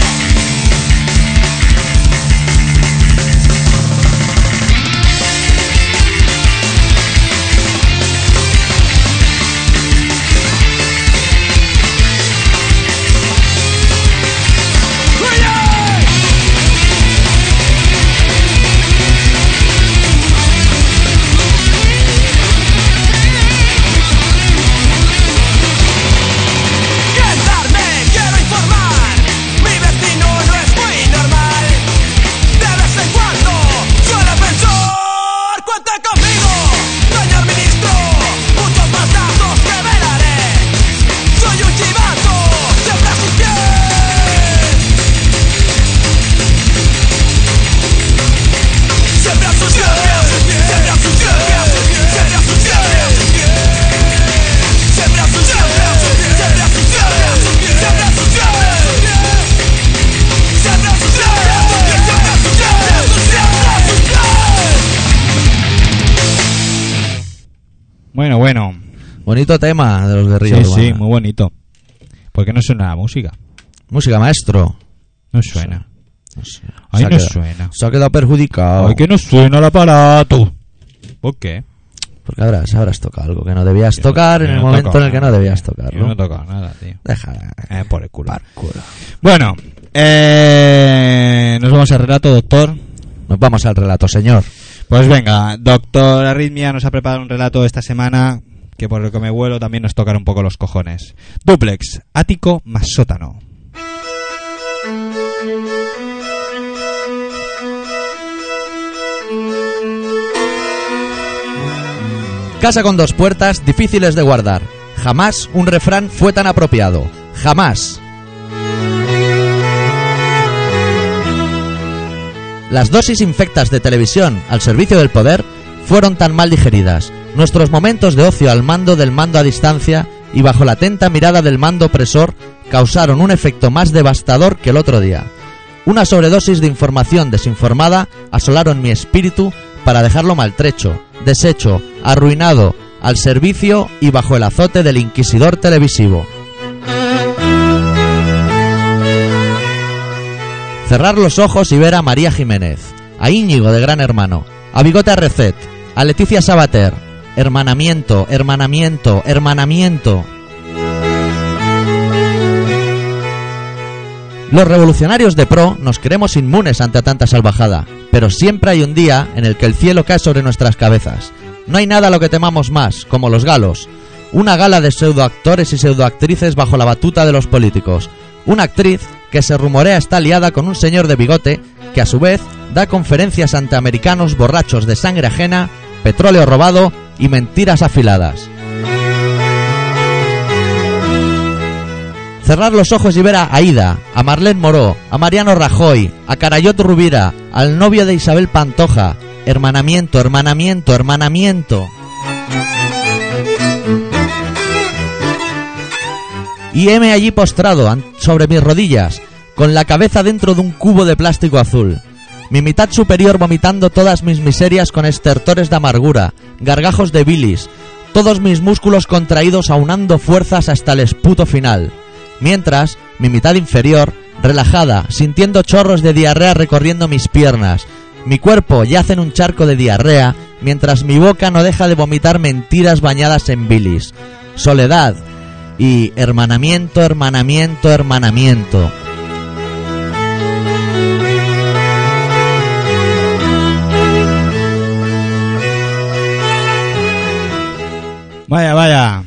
Gendarme, quiero informar, mi destino no es muy normal. De vez en cuando suele pensar, cuente conmigo, señor ministro, muchos más datos revelaré. Soy un chivato, siempre a sus pies. Siempre a sus pies, siempre a sus pies, siempre a sus pies, siempre a sus pies. Siempre a sus pies, siempre a sus pies, siempre a sus pies. Siempre a sus pies, siempre a sus pies. Bueno. Bonito tema de los Guerrilla Sí, Urbana. sí, muy bonito. ¿Por qué no suena la música? Música, maestro. No suena. Ay, no quedado, suena. Se ha quedado perjudicado. Ay, que no suena el aparato. ¿Por qué? Porque habrás tocado algo que no debías Yo tocar no- en yo el no momento toco en el que nada. no debías Yo tocarlo. no he tocado nada, tío. Deja Por el culo. par culo. Bueno, nos vamos al relato, doctor. Nos vamos al relato, señor. Pues venga, doctor Arritmia nos ha preparado un relato esta semana que por lo que me vuelo también nos tocará un poco los cojones. Dúplex, ático más sótano. Casa con 2 puertas, difíciles de guardar. Jamás un refrán fue tan apropiado. Jamás. Las dosis infectas de televisión al servicio del poder fueron tan mal digeridas. Nuestros momentos de ocio al mando del mando a distancia y bajo la atenta mirada del mando opresor causaron un efecto más devastador que el otro día. Una sobredosis de información desinformada asolaron mi espíritu para dejarlo maltrecho, deshecho, arruinado, al servicio y bajo el azote del inquisidor televisivo. Cerrar los ojos y ver a María Jiménez, a Íñigo de Gran Hermano, a Bigote Arrecet, a Leticia Sabater. Hermanamiento, hermanamiento, hermanamiento. Los revolucionarios de pro nos creemos inmunes ante tanta salvajada, pero siempre hay un día en el que el cielo cae sobre nuestras cabezas. No hay nada a lo que temamos más, como los galos. Una gala de pseudoactores y pseudoactrices bajo la batuta de los políticos. Una actriz que se rumorea está liada con un señor de bigote que a su vez da conferencias ante americanos borrachos de sangre ajena, petróleo robado y mentiras afiladas. Cerrar los ojos y ver a Aida, a Marlene Moró, a Mariano Rajoy, a Carayot Rubira, al novio de Isabel Pantoja. Hermanamiento, hermanamiento, hermanamiento. Y heme allí postrado sobre mis rodillas, con la cabeza dentro de un cubo de plástico azul. Mi mitad superior vomitando todas mis miserias con estertores de amargura, gargajos de bilis, todos mis músculos contraídos aunando fuerzas hasta el esputo final. Mientras, mi mitad inferior, relajada, sintiendo chorros de diarrea recorriendo mis piernas. Mi cuerpo yace en un charco de diarrea, mientras mi boca no deja de vomitar mentiras bañadas en bilis. Soledad y hermanamiento, hermanamiento, hermanamiento. Vaya, vaya.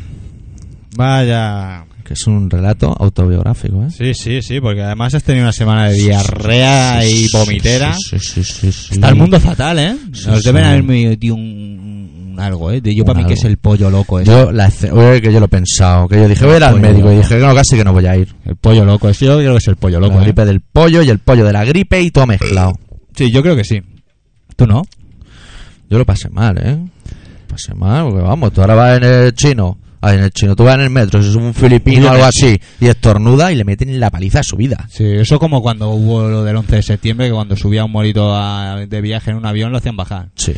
Vaya. Que es un relato autobiográfico, ¿eh? Sí, sí, sí, porque además has tenido una semana de diarrea y vomitera. Sí. Está el mundo fatal, ¿eh? Sí, Nos sí. deben haber metido un algo, ¿eh? De yo Un para mí que algo. es el pollo loco ese. Que yo lo he pensado, que yo dije, voy a ir al Pollo médico y loco. dije que no, casi que no voy a ir. El pollo loco, ese yo creo que es el pollo loco, La ¿eh? gripe del pollo y el pollo de la gripe y todo mezclado. Sí, yo creo que sí. ¿Tú no? Yo lo pasé mal, ¿eh? Pasé mal, porque vamos, tú ahora vas en el chino. En el chino, tú vas en el metro, si es un filipino o algo así, y estornuda y le meten la paliza a su vida. Sí, eso como cuando hubo lo del 11 de septiembre, que cuando subía un morito de viaje en un avión lo hacían bajar. Sí.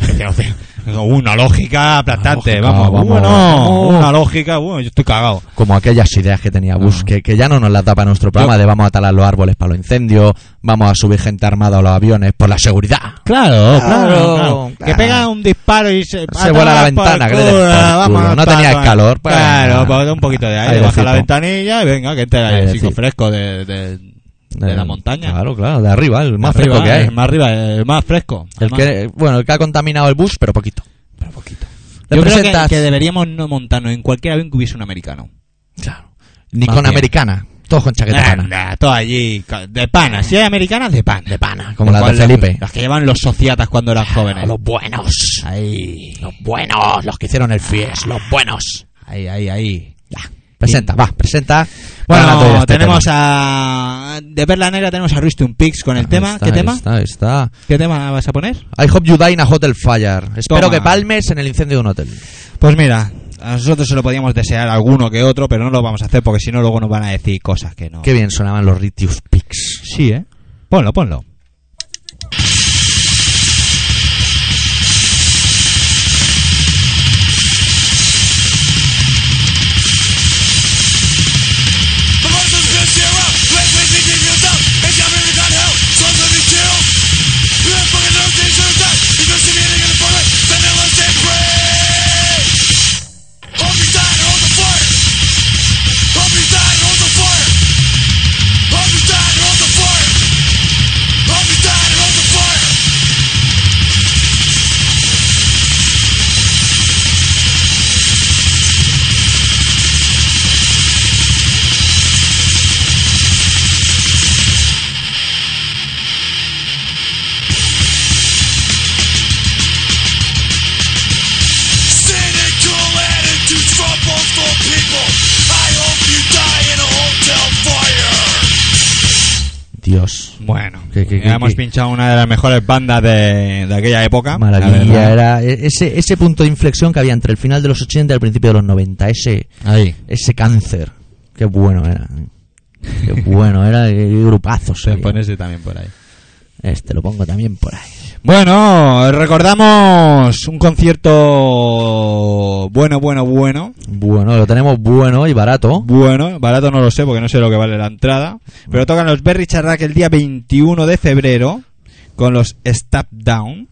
Una lógica aplastante, Una lógica, vamos. Bueno, vamos. una lógica, bueno, yo estoy cagado. Como aquellas ideas que tenía Bush, que ya no nos las da para nuestro programa, de vamos a talar los árboles para los incendios, vamos a subir gente armada a los aviones por la seguridad. Claro. Claro. Que pega un disparo y se vuela a la ventana, que le den por culo. No teníais calor, pues, claro, venga. pues un poquito de aire, Airecito. baja la ventanilla y venga, que entre el aire Airecito. fresco de la montaña. Claro, de arriba, el más Arriba, fresco que hay. el más arriba, el más fresco. El que ha contaminado el bus, pero poquito. Pero poquito. Le Yo creo presentas- que deberíamos no montarnos en cualquier avión que hubiese un americano. Claro. Ni Más con bien. americana, todos con chaqueta pana. Anda, todo allí, de pana. Si hay americanas, de pana. De pana, como las Igual de Felipe. Las que llevan los sociatas cuando eran jóvenes. Los buenos. Ahí. Los buenos, los que hicieron el FIES, los buenos. Ahí. Ya. Presenta. Bueno, tenemos a... De Perla Negra tenemos a Royston Pix con el tema. ¿Qué tema? Está. ¿Qué tema vas a poner? I hope you die in a hotel fire. Espero Toma. que palmes en el incendio de un hotel. Pues mira, a nosotros se lo podíamos desear a alguno que otro, pero no lo vamos a hacer porque si no luego nos van a decir cosas que no. Qué bien sonaban los Ritius Pix. Sí, ¿eh? Ponlo. The monsters just tear up, reckless in your thumb. It's coming to hell, sons of the Dios. Bueno, Que ya hemos pinchado una de las mejores bandas de aquella época. la Maravilla, verdad. era ese punto de inflexión que había entre el final de los 80 y el principio de los 90, Ahí. ese cáncer. Qué bueno era. Qué bueno era, qué grupazos. Se había. pone ese también por ahí. Lo pongo también por ahí. Bueno, recordamos un concierto bueno. Bueno, lo tenemos bueno y barato. Bueno, barato no lo sé porque no sé lo que vale la entrada. Pero tocan los Berry Charrac el día 21 de febrero con los Step Down.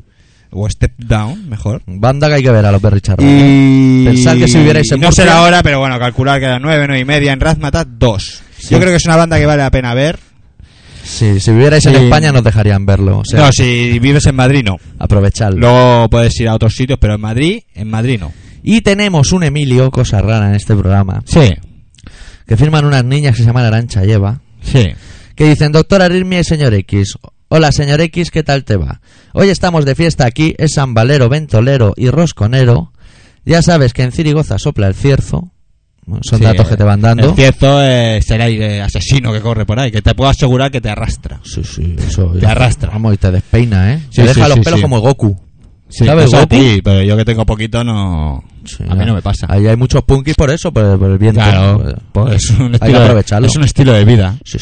O Step Down, mejor. Banda que hay que ver a los Berry Charrac. Y Pensad que si vivierais en no Murcia- será ahora, pero bueno, calcular que a las 9 y media en Razmataz 2. Sí. Yo creo que es una banda que vale la pena ver. Sí, si vivierais en Sí. España nos dejarían verlo. O sea, No, si vives en Madrid no. aprovechadlo. Luego puedes ir a otros sitios, pero en Madrid no. Y tenemos un Emilio, cosa rara en este programa, Sí, que firman unas niñas que se llaman Arancha y Eva, sí. que dicen: doctora Arritmia y señor X. Hola, señor X, ¿qué tal te va? Hoy estamos de fiesta aquí, es sambalero, ventolero y rosconero. Ya sabes que en Zirigoza sopla el cierzo. Bueno, son Sí, datos que te van dando. El cierto es el aire asesino que corre por ahí, que te puedo asegurar que te arrastra. Sí, eso. Te arrastra. Vamos, y te despeina, ¿eh? Sí, te deja sí, los sí, pelos sí. como Goku. Sí, ¿Sabes, eso a Goku? ti, pero yo que tengo poquito no... Sí, a mí no me pasa. Ahí hay muchos punkis por eso, por el viento. Claro, pues es un Hay que estilo aprovecharlo. es un estilo de vida. Sí.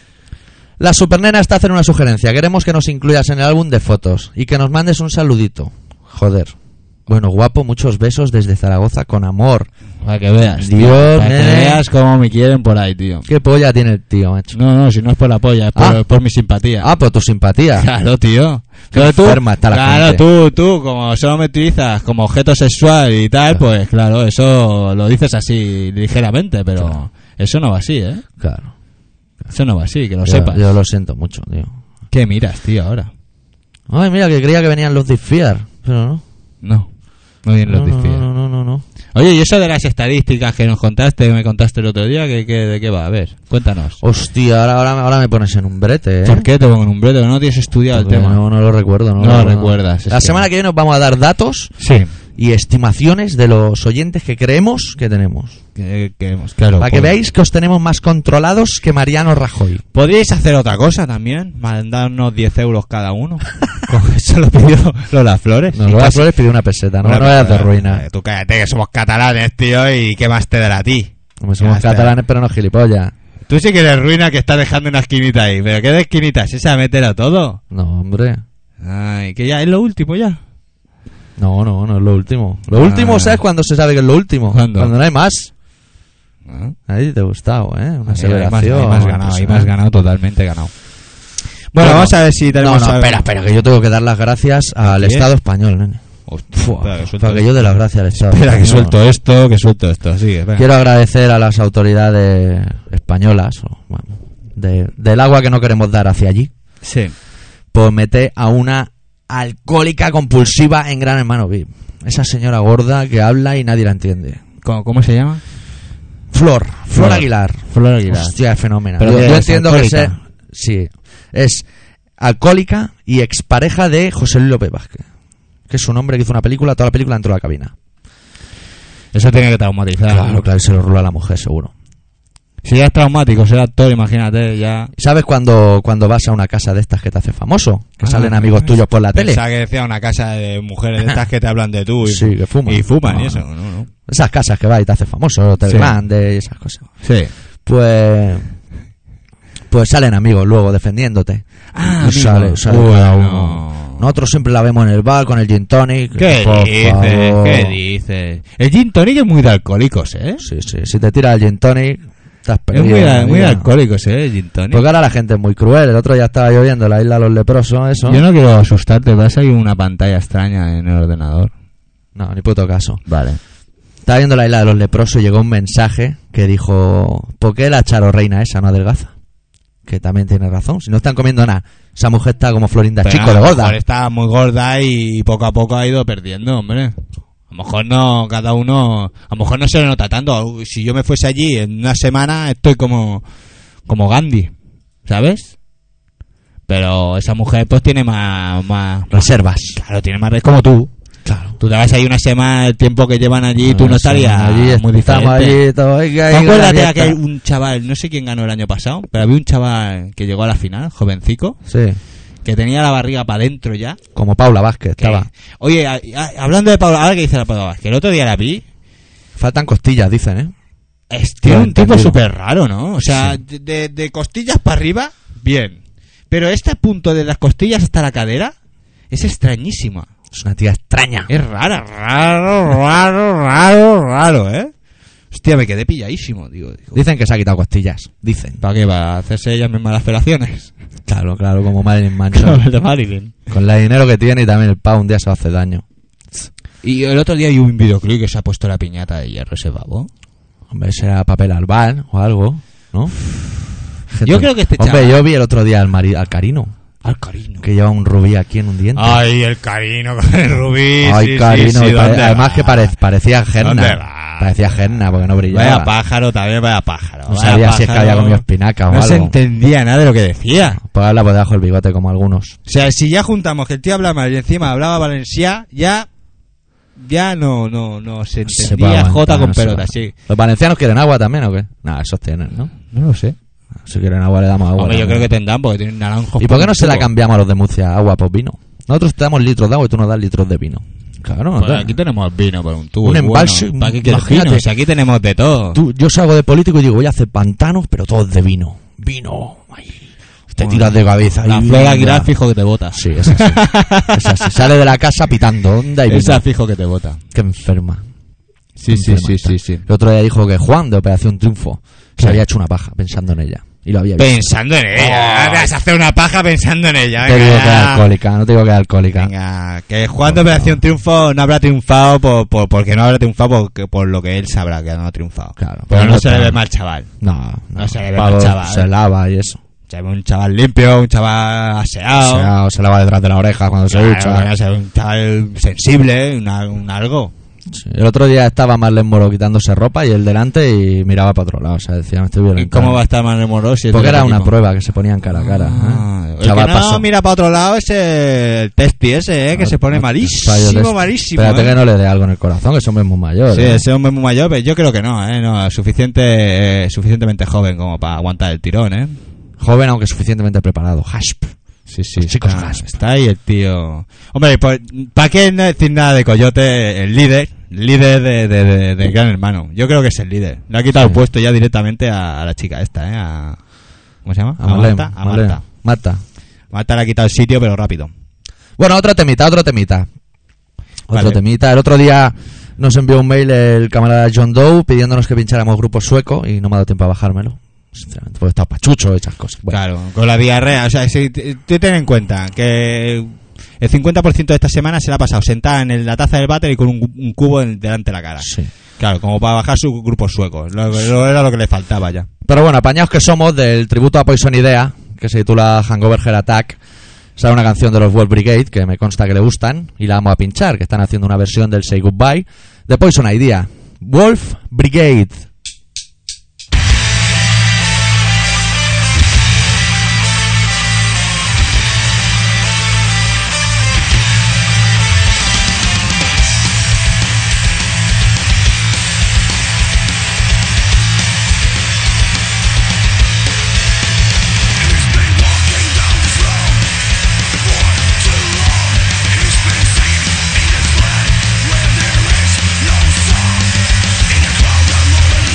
La supernena está haciendo una sugerencia. Queremos que nos incluyas en el álbum de fotos y que nos mandes un saludito. Joder. Bueno, guapo, muchos besos desde Zaragoza con amor. Para que veas, tío. Dios, Para que nene. veas cómo me quieren por ahí, tío. ¿Qué polla tiene el tío, macho? No, si no es por la polla, es Ah. por mi simpatía. Ah, por tu simpatía. Claro, tío. Qué Pero tú, enferma está la claro, gente. tú, como solo me utilizas como objeto sexual y tal, pues claro, eso lo dices así ligeramente, pero eso no va así, ¿eh? Claro. Eso no va así, que lo Yo- sepas. Yo lo siento mucho, tío. ¿Qué miras, tío, ahora? Ay, mira, que creía que venían los Disfiar. Pero no. No vienen los No, disfíes. no. Oye, y eso de las estadísticas que nos contaste, que me contaste el otro día, ¿de qué va? A ver, cuéntanos. Hostia, ahora me pones en un brete, ¿eh? ¿Por qué te pongo en un brete? ¿No tienes estudiado el Porque tema? No lo recuerdo. No lo recuerdas, es La que- semana que viene os vamos a dar datos Sí. y estimaciones de los oyentes que creemos que tenemos. Claro. Para que veáis que os tenemos más controlados que Mariano Rajoy. ¿Podríais hacer otra cosa también? Mandarnos 10 euros cada uno. Como eso lo pidió Lola Flores. Nos Y Lola casi- Flores pidió una peseta, no Una vayas de peseta. ruina. Tú cállate, que somos catalanes, tío, y ¿qué más te dará a ti? Como somos Ya está. catalanes pero no gilipollas. Tú sí que eres ruina que estás dejando una esquinita ahí. ¿Pero qué de esquinita? ¿Se a meter a todo? No, hombre. Ay, que ya es lo último ya. No es lo último. Lo Ah. último, ¿sabes cuándo se sabe que es lo último? ¿Cuándo? Cuando no hay más. Ah. Ahí te ha gustado, ¿eh? Una Ahí más aseveración. ganado, ahí más ganado, totalmente ganado. Bueno, Bueno, vamos a ver si tenemos... algo. espera, que yo tengo que dar las gracias al ¿Qué? Estado español, nene. Hostia, espera, que suelto Para que yo dé las gracias al Estado Espera, que español. suelto esto. Sigue, venga. Quiero agradecer a las autoridades españolas, del agua que no queremos dar hacia allí, Sí. por meter a una alcohólica compulsiva en Gran Hermano VIP. Esa señora gorda que habla y nadie la entiende. ¿Cómo se llama? Flor Flor. Aguilar. Flor Aguilar. Hostia, es fenómena. ¿Pero Yo, qué yo es, entiendo que alcohólica? sí, es alcohólica y expareja de José Luis López Vázquez, que es un hombre que hizo una película, toda la película dentro de la cabina. Eso tiene que traumatizar. Claro, y se lo rula a la mujer, seguro. Si ya es traumático, ser actor, imagínate, ya... ¿Sabes cuando vas a una casa de estas que te hace famoso? Que Ah, salen amigos tuyos por la tele. Pensaba que decía una casa de mujeres de estas que te hablan de tú y, Sí, que fuman. y fuman y No, eso. no. No. Esas casas que vas y te hace famoso, hotel Sí. grande y esas cosas. Sí. Pues salen amigos luego defendiéndote. Ah, Y sale amigo. cada Uy, uno. no. Nosotros siempre la vemos en el bar con el gin tonic. ¿Qué Por dices? favor. ¿Qué dices? El gin tonic es muy de alcohólicos, ¿eh? Sí, si te tiras el gin tonic, estás Es perdido. muy en la de vida. alcohólicos, ¿eh? El gin tonic. Porque ahora la gente es muy cruel. El otro ya estaba lloviendo en la isla de los leprosos, eso. Yo no quiero asustarte, vas a ir una pantalla extraña en el ordenador. No, ni puto caso. Vale. Estaba viendo la isla de los leprosos y llegó un mensaje que dijo: ¿por qué la charorreina esa no adelgaza? Que también tiene razón. Si no están comiendo nada, esa mujer está como Florinda Pero Chico a de lo gorda. mejor está muy gorda y poco a poco ha ido perdiendo, hombre. A lo mejor no, cada uno... A lo mejor no se le nota tanto. Si yo me fuese allí en una semana, estoy como Gandhi, ¿sabes? Pero esa mujer pues tiene más... Reservas. Claro, tiene más... Es como tú. Claro. Tú te vas ahí una semana, el tiempo que llevan allí, tú no estarías allí, muy estamos diferente. allí, todo, oiga, Acuérdate que hay un chaval, no sé quién ganó el año pasado, pero había un chaval que llegó a la final, jovencico, Sí, que tenía la barriga para adentro ya. como Paula Vázquez que- estaba. Oye, hablando de Paula, ahora que dice la Paula Vázquez, el otro día la vi, Faltan costillas, dicen, ¿eh? tiene un tipo entendido. súper raro, ¿no? O sea, de costillas para arriba, bien. Pero este punto de las costillas hasta la cadera es extrañísima. Es una tía extraña. Es raro, ¿eh? Hostia, me quedé pilladísimo, digo. Dicen que se ha quitado costillas. Dicen. ¿Para qué? ¿Para hacerse ellas mismas las felaciones? Claro, claro, como Marilyn Como Manson. el de Marilyn. Con el dinero que tiene y también el pavo un día se va a hacer daño. Y el otro día vi un videoclip que se ha puesto la piñata de hierro ese babo. Hombre, será papel albal o algo, ¿no? Yo creo que este Hombre, chaval- yo vi el otro día al Carino, Al Carino. que lleva un rubí aquí en un diente. Ay, el Carino con el rubí. Ay, sí, Carino. sí, sí, y ¿dónde además va? que parecía ¿Dónde Gerna. va? Parecía Gerna porque no brillaba. Vaya pájaro, también vaya pájaro. No vaya sabía si es que pájaro. había comido espinaca o No se algo. entendía nada de lo que decía. Pues habla por debajo del bigote como algunos. O sea, si ya juntamos que el tío hablaba mal y encima hablaba valenciá, ya no se Se puede entendía aguantar, J con no se pelota, puede. sí. ¿Los valencianos quieren agua también o qué? Nada, esos tienen, ¿no? No lo sé. Si quieren agua le damos agua. Hombre, yo también. creo que tendrán porque tienen naranjos. ¿Y por qué no un se la tubo. cambiamos a los de Murcia? Agua por vino. Nosotros te damos litros de agua y tú nos das litros de vino. Claro, Pues no, aquí tenemos vino por un tubo. Un y embalse, bueno, ¿para qué quieres imagínate. vino? Si aquí tenemos de todo. Yo salgo de político y digo, voy a hacer pantanos, pero todos de vino. Vino. Ay, te tiras de cabeza. La ahí, flor venga. Aguilar fijo que te bota. Sí, es así. Es así. Sale de la casa pitando onda y vino. Esa fijo que te bota. Qué enferma. Sí, sí, Enferma sí, está. sí, sí. El otro día dijo que Juan, de Operación Triunfo, se Sí. había hecho una paja pensando en ella. Y lo había visto. Pensando en ella. Oh. Te vas a hacer una paja pensando en ella. Te digo que es Venga, alcohólica, no te digo que es alcohólica. venga, que Juan de Operación Triunfo no habrá triunfado porque no habrá triunfado por lo que él sabrá que no ha triunfado. Claro, Pero no se le está- ve mal chaval. No se le ve Pablo mal chaval. Se lava y eso. Se ve un chaval limpio, un chaval aseado. Se lava detrás de la oreja cuando se Claro, ducha. bueno, se ve un chaval sensible, un algo. Sí. El otro día estaba Marlene Moro quitándose ropa y él delante y miraba para otro lado. O sea, decía, me estoy ¿Y violentando. cómo va a estar Manuel Moró si es Porque del era una equipo? prueba que se ponían cara a cara. Ah, ¿eh? el Chaval que no pasó. mira para otro lado es el Testi ese, que se pone malísimo, malísimo. Espérate ¿eh? que no le dé algo en el corazón, que ese hombre es muy mayor. Sí, ¿eh? ese hombre es muy mayor, pero yo creo que no, no, suficientemente joven como para aguantar el tirón, Joven, aunque suficientemente preparado. Hasp. Sí, sí, Los chicos está, Gasp. está ahí el tío. Hombre, pues, ¿para qué no decir nada de Coyote? El líder de Gran Hermano. Yo creo que es el líder. Le ha quitado Sí. el puesto ya directamente a la chica esta, ¿cómo se llama? A Marlene, Marta. A Marlene. Marta. Marta. Marta le ha quitado el sitio, pero rápido. Bueno, otro temita. Vale. El otro día nos envió un mail el camarada John Doe pidiéndonos que pincháramos grupos suecos y no me ha dado tiempo a bajármelo. Sinceramente, porque está pachucho y esas cosas. Bueno, Claro, con la diarrea. O sea, si tú ten en cuenta que el 50% de esta semana se la ha pasado sentada en la taza del váter y con un cubo delante de la cara. sí. Claro, como para bajar sus grupos suecos. Era lo que le faltaba ya. Pero bueno, apañados que somos del tributo a Poison Idea, que se titula Hangover Heart Attack. Sale una canción de los Wolf Brigade, que me consta que le gustan, y la vamos a pinchar, que están haciendo una versión del Say Goodbye de Poison Idea. Wolf Brigade. Where there is no song in a crowd of lonely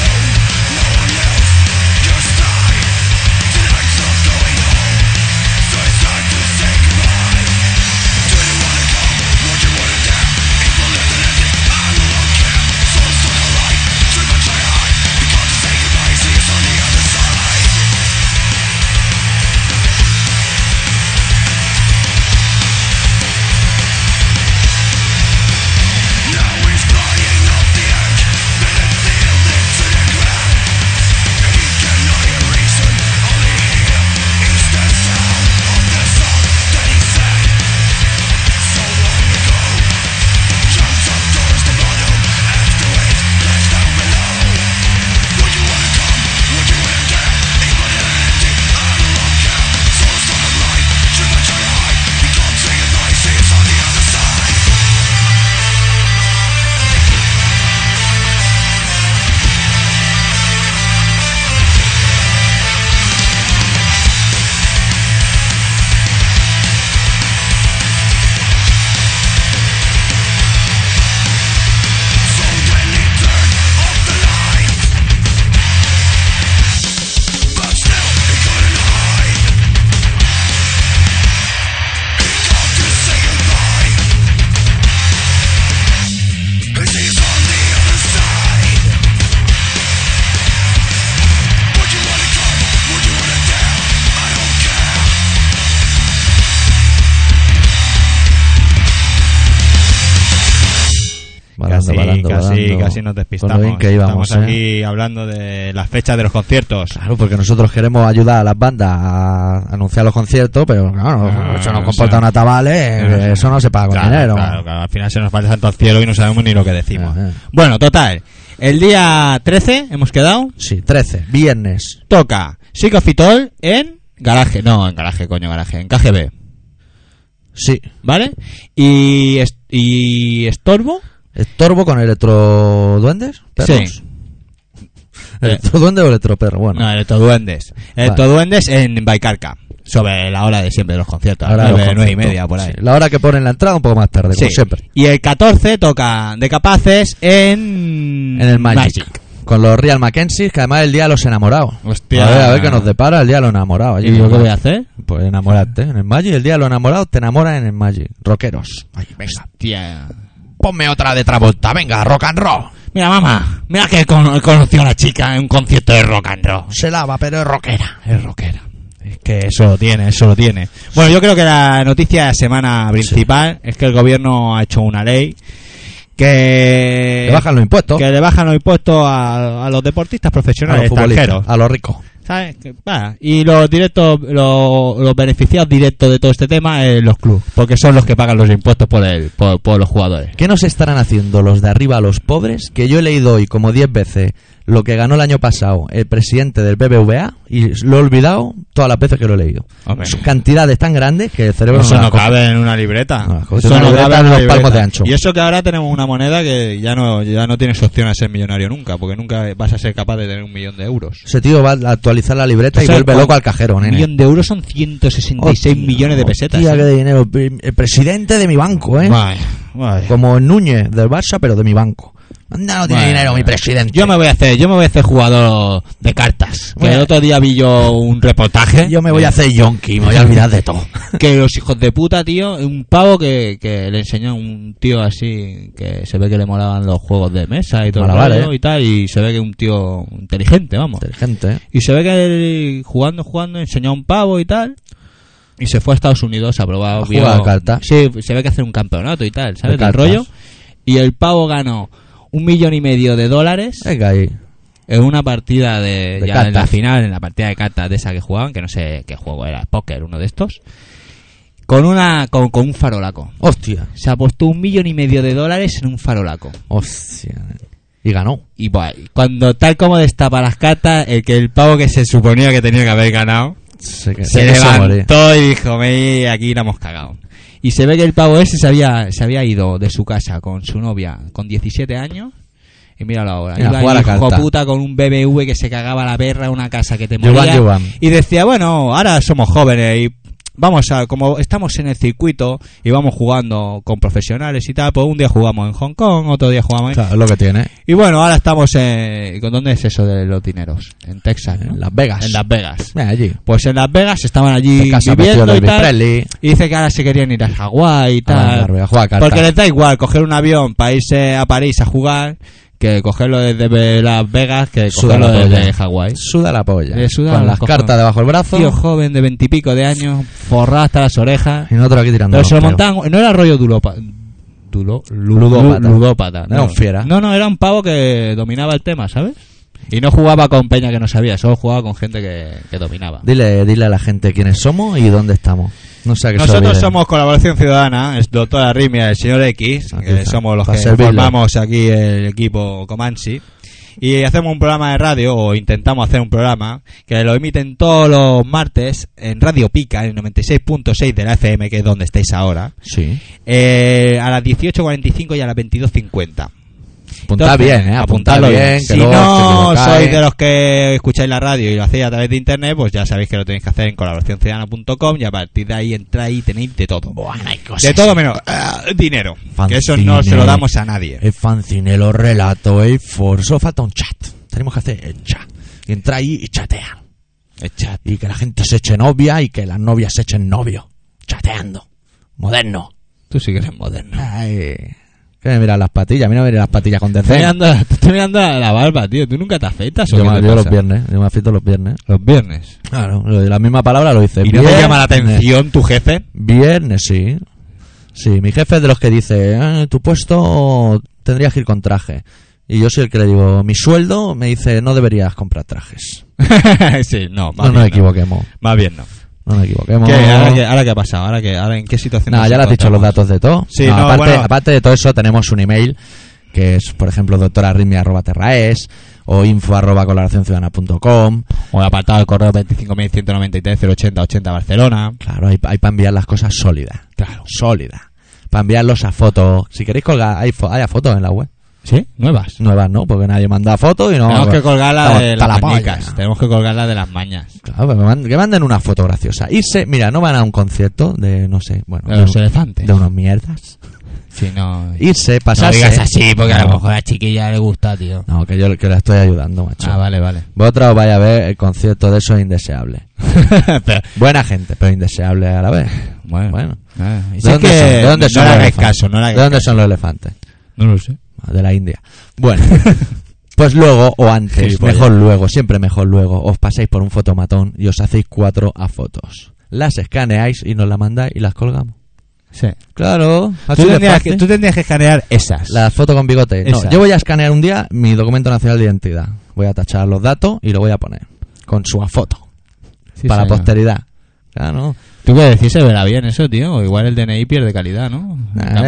Casi nos despistamos. Con lo bien que íbamos, Estamos aquí hablando de las fechas de los conciertos. Claro, porque nosotros queremos ayudar a las bandas a anunciar los conciertos, pero claro, eso nos comporta una tabale, eso no se paga con dinero. Claro, al final se nos va el santo al cielo y no sabemos ni lo que decimos. Bueno, total, el día 13 hemos quedado. Sí, 13, viernes. Toca Psicofitol en Garaje, en KGB. Sí. ¿Vale? Y Estorbo. ¿Estorbo con electroduendes? ¿Perros? Sí. ¿Electroduende o electroperro? Bueno. No, Electroduendes. Electroduendes en Baicarca. Sobre la hora de siempre de los conciertos. Ahora 9 y media, por ahí. Sí, la hora que ponen la entrada un poco más tarde, como siempre. Y el 14 toca De Capaces en el Magic. Con los Real Mackenzie, que además es el día de los enamorados. Hostia. A ver qué nos depara el día de los enamorados. ¿Y yo qué voy a hacer? Pues enamorarte en el Magic. El día de los enamorados te enamoras en el Magic. Rockeros. Ay, venga. Hostia. Ponme otra de Travolta. Venga, rock and roll. Mira, mamá. Mira que he conocido a una chica en un concierto de rock and roll. Se lava, pero es rockera. Es rockera. Es que eso lo tiene. Bueno, yo creo que la noticia de la semana principal es que el gobierno ha hecho una ley que le bajan los impuestos. Que le bajan los impuestos a los deportistas profesionales extranjeros. A los ricos. ¿Sabes? Y los directos, los beneficiados directos de todo este tema es los clubes, porque son los que pagan los impuestos por los jugadores. ¿Qué nos estarán haciendo los de arriba a los pobres? Que yo he leído hoy como 10 veces lo que ganó el año pasado el presidente del BBVA y lo he olvidado todas las veces que lo he leído. Son cantidades tan grandes que el cerebro eso no cabe en una libreta. Eso no cabe en los palmos de ancho. Y eso que ahora tenemos una moneda que ya no tienes opción a ser millonario nunca, porque nunca vas a ser capaz de tener 1 millón de euros. Ese tío va a actualizar la libreta y vuelve loco al cajero, nene. 1 millón de euros son 166 millones de pesetas. Tía, que de dinero. El presidente de mi banco, Vaya. Como Núñez del Barça, pero de mi banco. Anda, no tiene dinero mi presidente. Yo me voy a hacer jugador de cartas. Que el otro día vi yo un reportaje. Yo me voy a hacer yonki, me voy a olvidar de todo. Que los hijos de puta, tío, un pavo que le enseñó a un tío así, que se ve que le molaban los juegos de mesa y todo eso y tal, y se ve que es un tío inteligente, vamos. Inteligente. Y se ve que él, jugando, enseñó a un pavo y tal. Y se fue a Estados Unidos a probar. ¿A jugar a cartas? Sí, se ve que hacer un campeonato y tal, ¿sabes? Del rollo. Y el pavo ganó $1,5 millones Venga ahí. en una partida de ya cartas. en la final, en la partida de cartas de esa que jugaban, que no sé qué juego era, póker, uno de estos, con un farolaco. Hostia. Se apostó $1,5 millones en un farolaco. Hostia. Y ganó. Y pues, cuando tal como destapa las cartas, el pavo que se suponía que tenía que haber ganado se levantó y dijo, aquí la hemos cagado. Y se ve que el pavo ese se había ido de su casa con su novia con 17 años. Y míralo ahora. Mira, iba hijo puta con un BBV que se cagaba la perra, una casa que te moría. Y decía, bueno, ahora somos jóvenes y vamos como estamos en el circuito y vamos jugando con profesionales y tal, pues un día jugamos en Hong Kong, otro día jugamos en... Claro, es lo que tiene. Y bueno, ahora estamos en... ¿Dónde es eso de los dineros? En Texas, ¿no? En Las Vegas. En Las Vegas. Allí. Pues en Las Vegas estaban allí viviendo y tal. Y dice que ahora se querían ir a Hawái y tal. A jugar porque les da igual coger un avión para irse a París a jugar que cogerlo desde Las Vegas que cogerlo desde Hawái. Suda la polla. Con las cartas debajo del brazo. Tío joven de 20 y pico de años, forrado hasta las orejas. Y nosotros aquí tirando. Pero se lo montaban, no era rollo ludópata. No era un fiera. No, era un pavo que dominaba el tema, ¿sabes? Y no jugaba con peña que no sabía, solo jugaba con gente que dominaba. Dile a la gente quiénes somos y dónde estamos. No sé que nosotros somos Colaboración Ciudadana, es Doctora Arritmia, el señor X, que somos los que formamos aquí el equipo Comanche. Y hacemos un programa de radio, o intentamos hacer un programa, que lo emiten todos los martes en Radio Pica, en el 96.6 de la FM, que es donde estáis ahora. Sí. A las 18:45 y a las 22:50. Apuntad bien, apuntadlo bien. Si no sois de los que escucháis la radio y lo hacéis a través de internet, pues ya sabéis que lo tenéis que hacer en colaboracionciudadana.com y a partir de ahí entráis y tenéis de todo. De todo menos dinero. Fanzine, que eso no se lo damos a nadie. El fanzine, los relatos, el foro. Solo falta un chat. Tenemos que hacer el chat. Y entra ahí y chatea. El chat. Y que la gente se eche novia y que las novias se echen novio. Chateando. Moderno. Tú sí que eres moderno. Ay. ¿Qué me miras las patillas? A mí no me miras las patillas con desdén. Te estoy mirando la barba, tío. ¿Tú nunca te afeitas o yo qué te pasa? los viernes. Yo me afeito los viernes. ¿Los viernes? Claro. La misma palabra lo dice. ¿Y no te llama la atención tu jefe? Viernes, sí. Sí, mi jefe es de los que dice, tu puesto tendrías que ir con traje. Y yo soy el que le digo, mi sueldo me dice, no deberías comprar trajes. Sí, no, No nos equivoquemos. Más bien no. No nos equivoquemos. ¿Qué? ¿Ahora qué ha pasado? ¿Ahora en qué situación? Nada, nos ya le has dicho los encontramos? datos de todo. Sí, No, no, aparte, bueno. aparte de todo eso, tenemos un email que es, por ejemplo, doctorarritmia@terraes o info@colaboracionciudadana.com. O el apartado de correo 25.193.080.80 Barcelona. Claro, hay para enviar las cosas sólidas. Claro. Sólidas. Para enviarlos a fotos. Si queréis colgar, hay fotos en la web. ¿Sí? ¿Nuevas? Nuevas, ¿no? Porque nadie manda fotos y no... Tenemos que colgarla Estamos de hasta las la mañicas. polla. Tenemos que colgarla de las mañas. Claro, que manden una foto graciosa. Irse, mira, no van a un concierto de, no sé, bueno... De los elefantes. De unos mierdas. Sí, no... Irse, No pasarse... digas así, porque a lo No. mejor a la chiquilla le gusta, tío. No, que yo que la estoy ayudando, macho. Ah, vale, vale. Vosotros vais a ver el concierto de esos indeseables. Pero, Buena gente, pero indeseable a la vez. bueno. ¿De Si es dónde que son? ¿De dónde son no le los hagáis elefantes? caso, no le hagáis ¿De dónde caso. son los elefantes? No lo sé. De la India. Bueno, pues luego o antes, Gilipollas. mejor luego, siempre mejor luego, os pasáis por un fotomatón y os hacéis 4 a fotos. Las escaneáis y nos la mandáis y las colgamos. Sí. Claro, así Tú de tendrías, fácil. tú tendrías que escanear esas. La foto con bigote. No, Esa. yo voy a escanear un día mi documento nacional de identidad. Voy a tachar los datos y lo voy a poner con su foto Sí, para la señor. posteridad. Claro, ¿Tú qué decís? Se verá bien eso, tío. O igual el DNI pierde calidad, ¿no?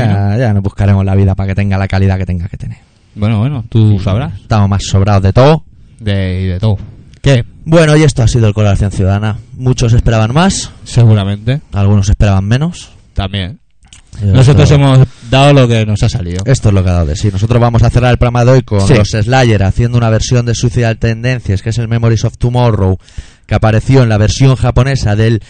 ya nos buscaremos la vida para que tenga la calidad que tenga que tener. Bueno, tú sabrás. Estamos más sobrados de todo. Y de todo. ¿Qué? Bueno, y esto ha sido el Colaboración Ciudadana. Muchos esperaban más, Seguramente. algunos esperaban menos. También. Y Nosotros esto- hemos dado lo que nos ha salido. Esto es lo que ha dado de sí. Nosotros vamos a cerrar el programa de hoy con Sí. los Slayer haciendo una versión de Suicidal Tendencies, que es el Memories of Tomorrow, que apareció en la versión japonesa del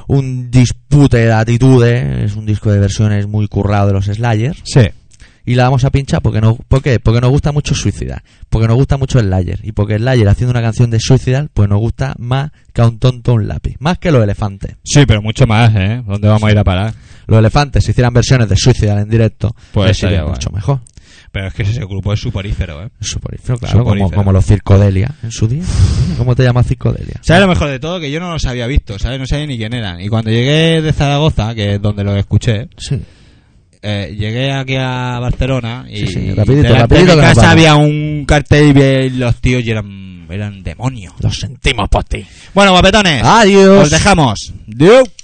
Un Dispute de Attitude. Es un disco de versiones muy currado de los Slayer. Sí. Y la vamos a pinchar porque ¿por qué? Porque nos gusta mucho Suicida, porque nos gusta mucho Slayer, y porque Slayer haciendo una canción de Suicidal pues nos gusta más que a un tonto un lápiz, más que los elefantes. Sí, pero mucho más, ¿eh? ¿Dónde vamos a ir a parar? Los elefantes si hicieran versiones de Suicidal en directo Pues les iría estaría mucho guay. mejor. Pero es que ese grupo es suporífero, ¿eh? Suporífero, claro, Suporífero. como los Circodelia en su día. ¿Cómo te llamas Circodelia? ¿Sabes lo mejor de todo? Que yo no los había visto, ¿sabes? No sabía ni quién eran. Y cuando llegué de Zaragoza, que es donde los escuché, Sí. llegué aquí a Barcelona y Sí, rapidito, delante rapidito de que mi nos casa vamos. había un cartel y los tíos y eran demonios. Lo sentimos por ti. Bueno, guapetones, Adiós. os dejamos. Adiós.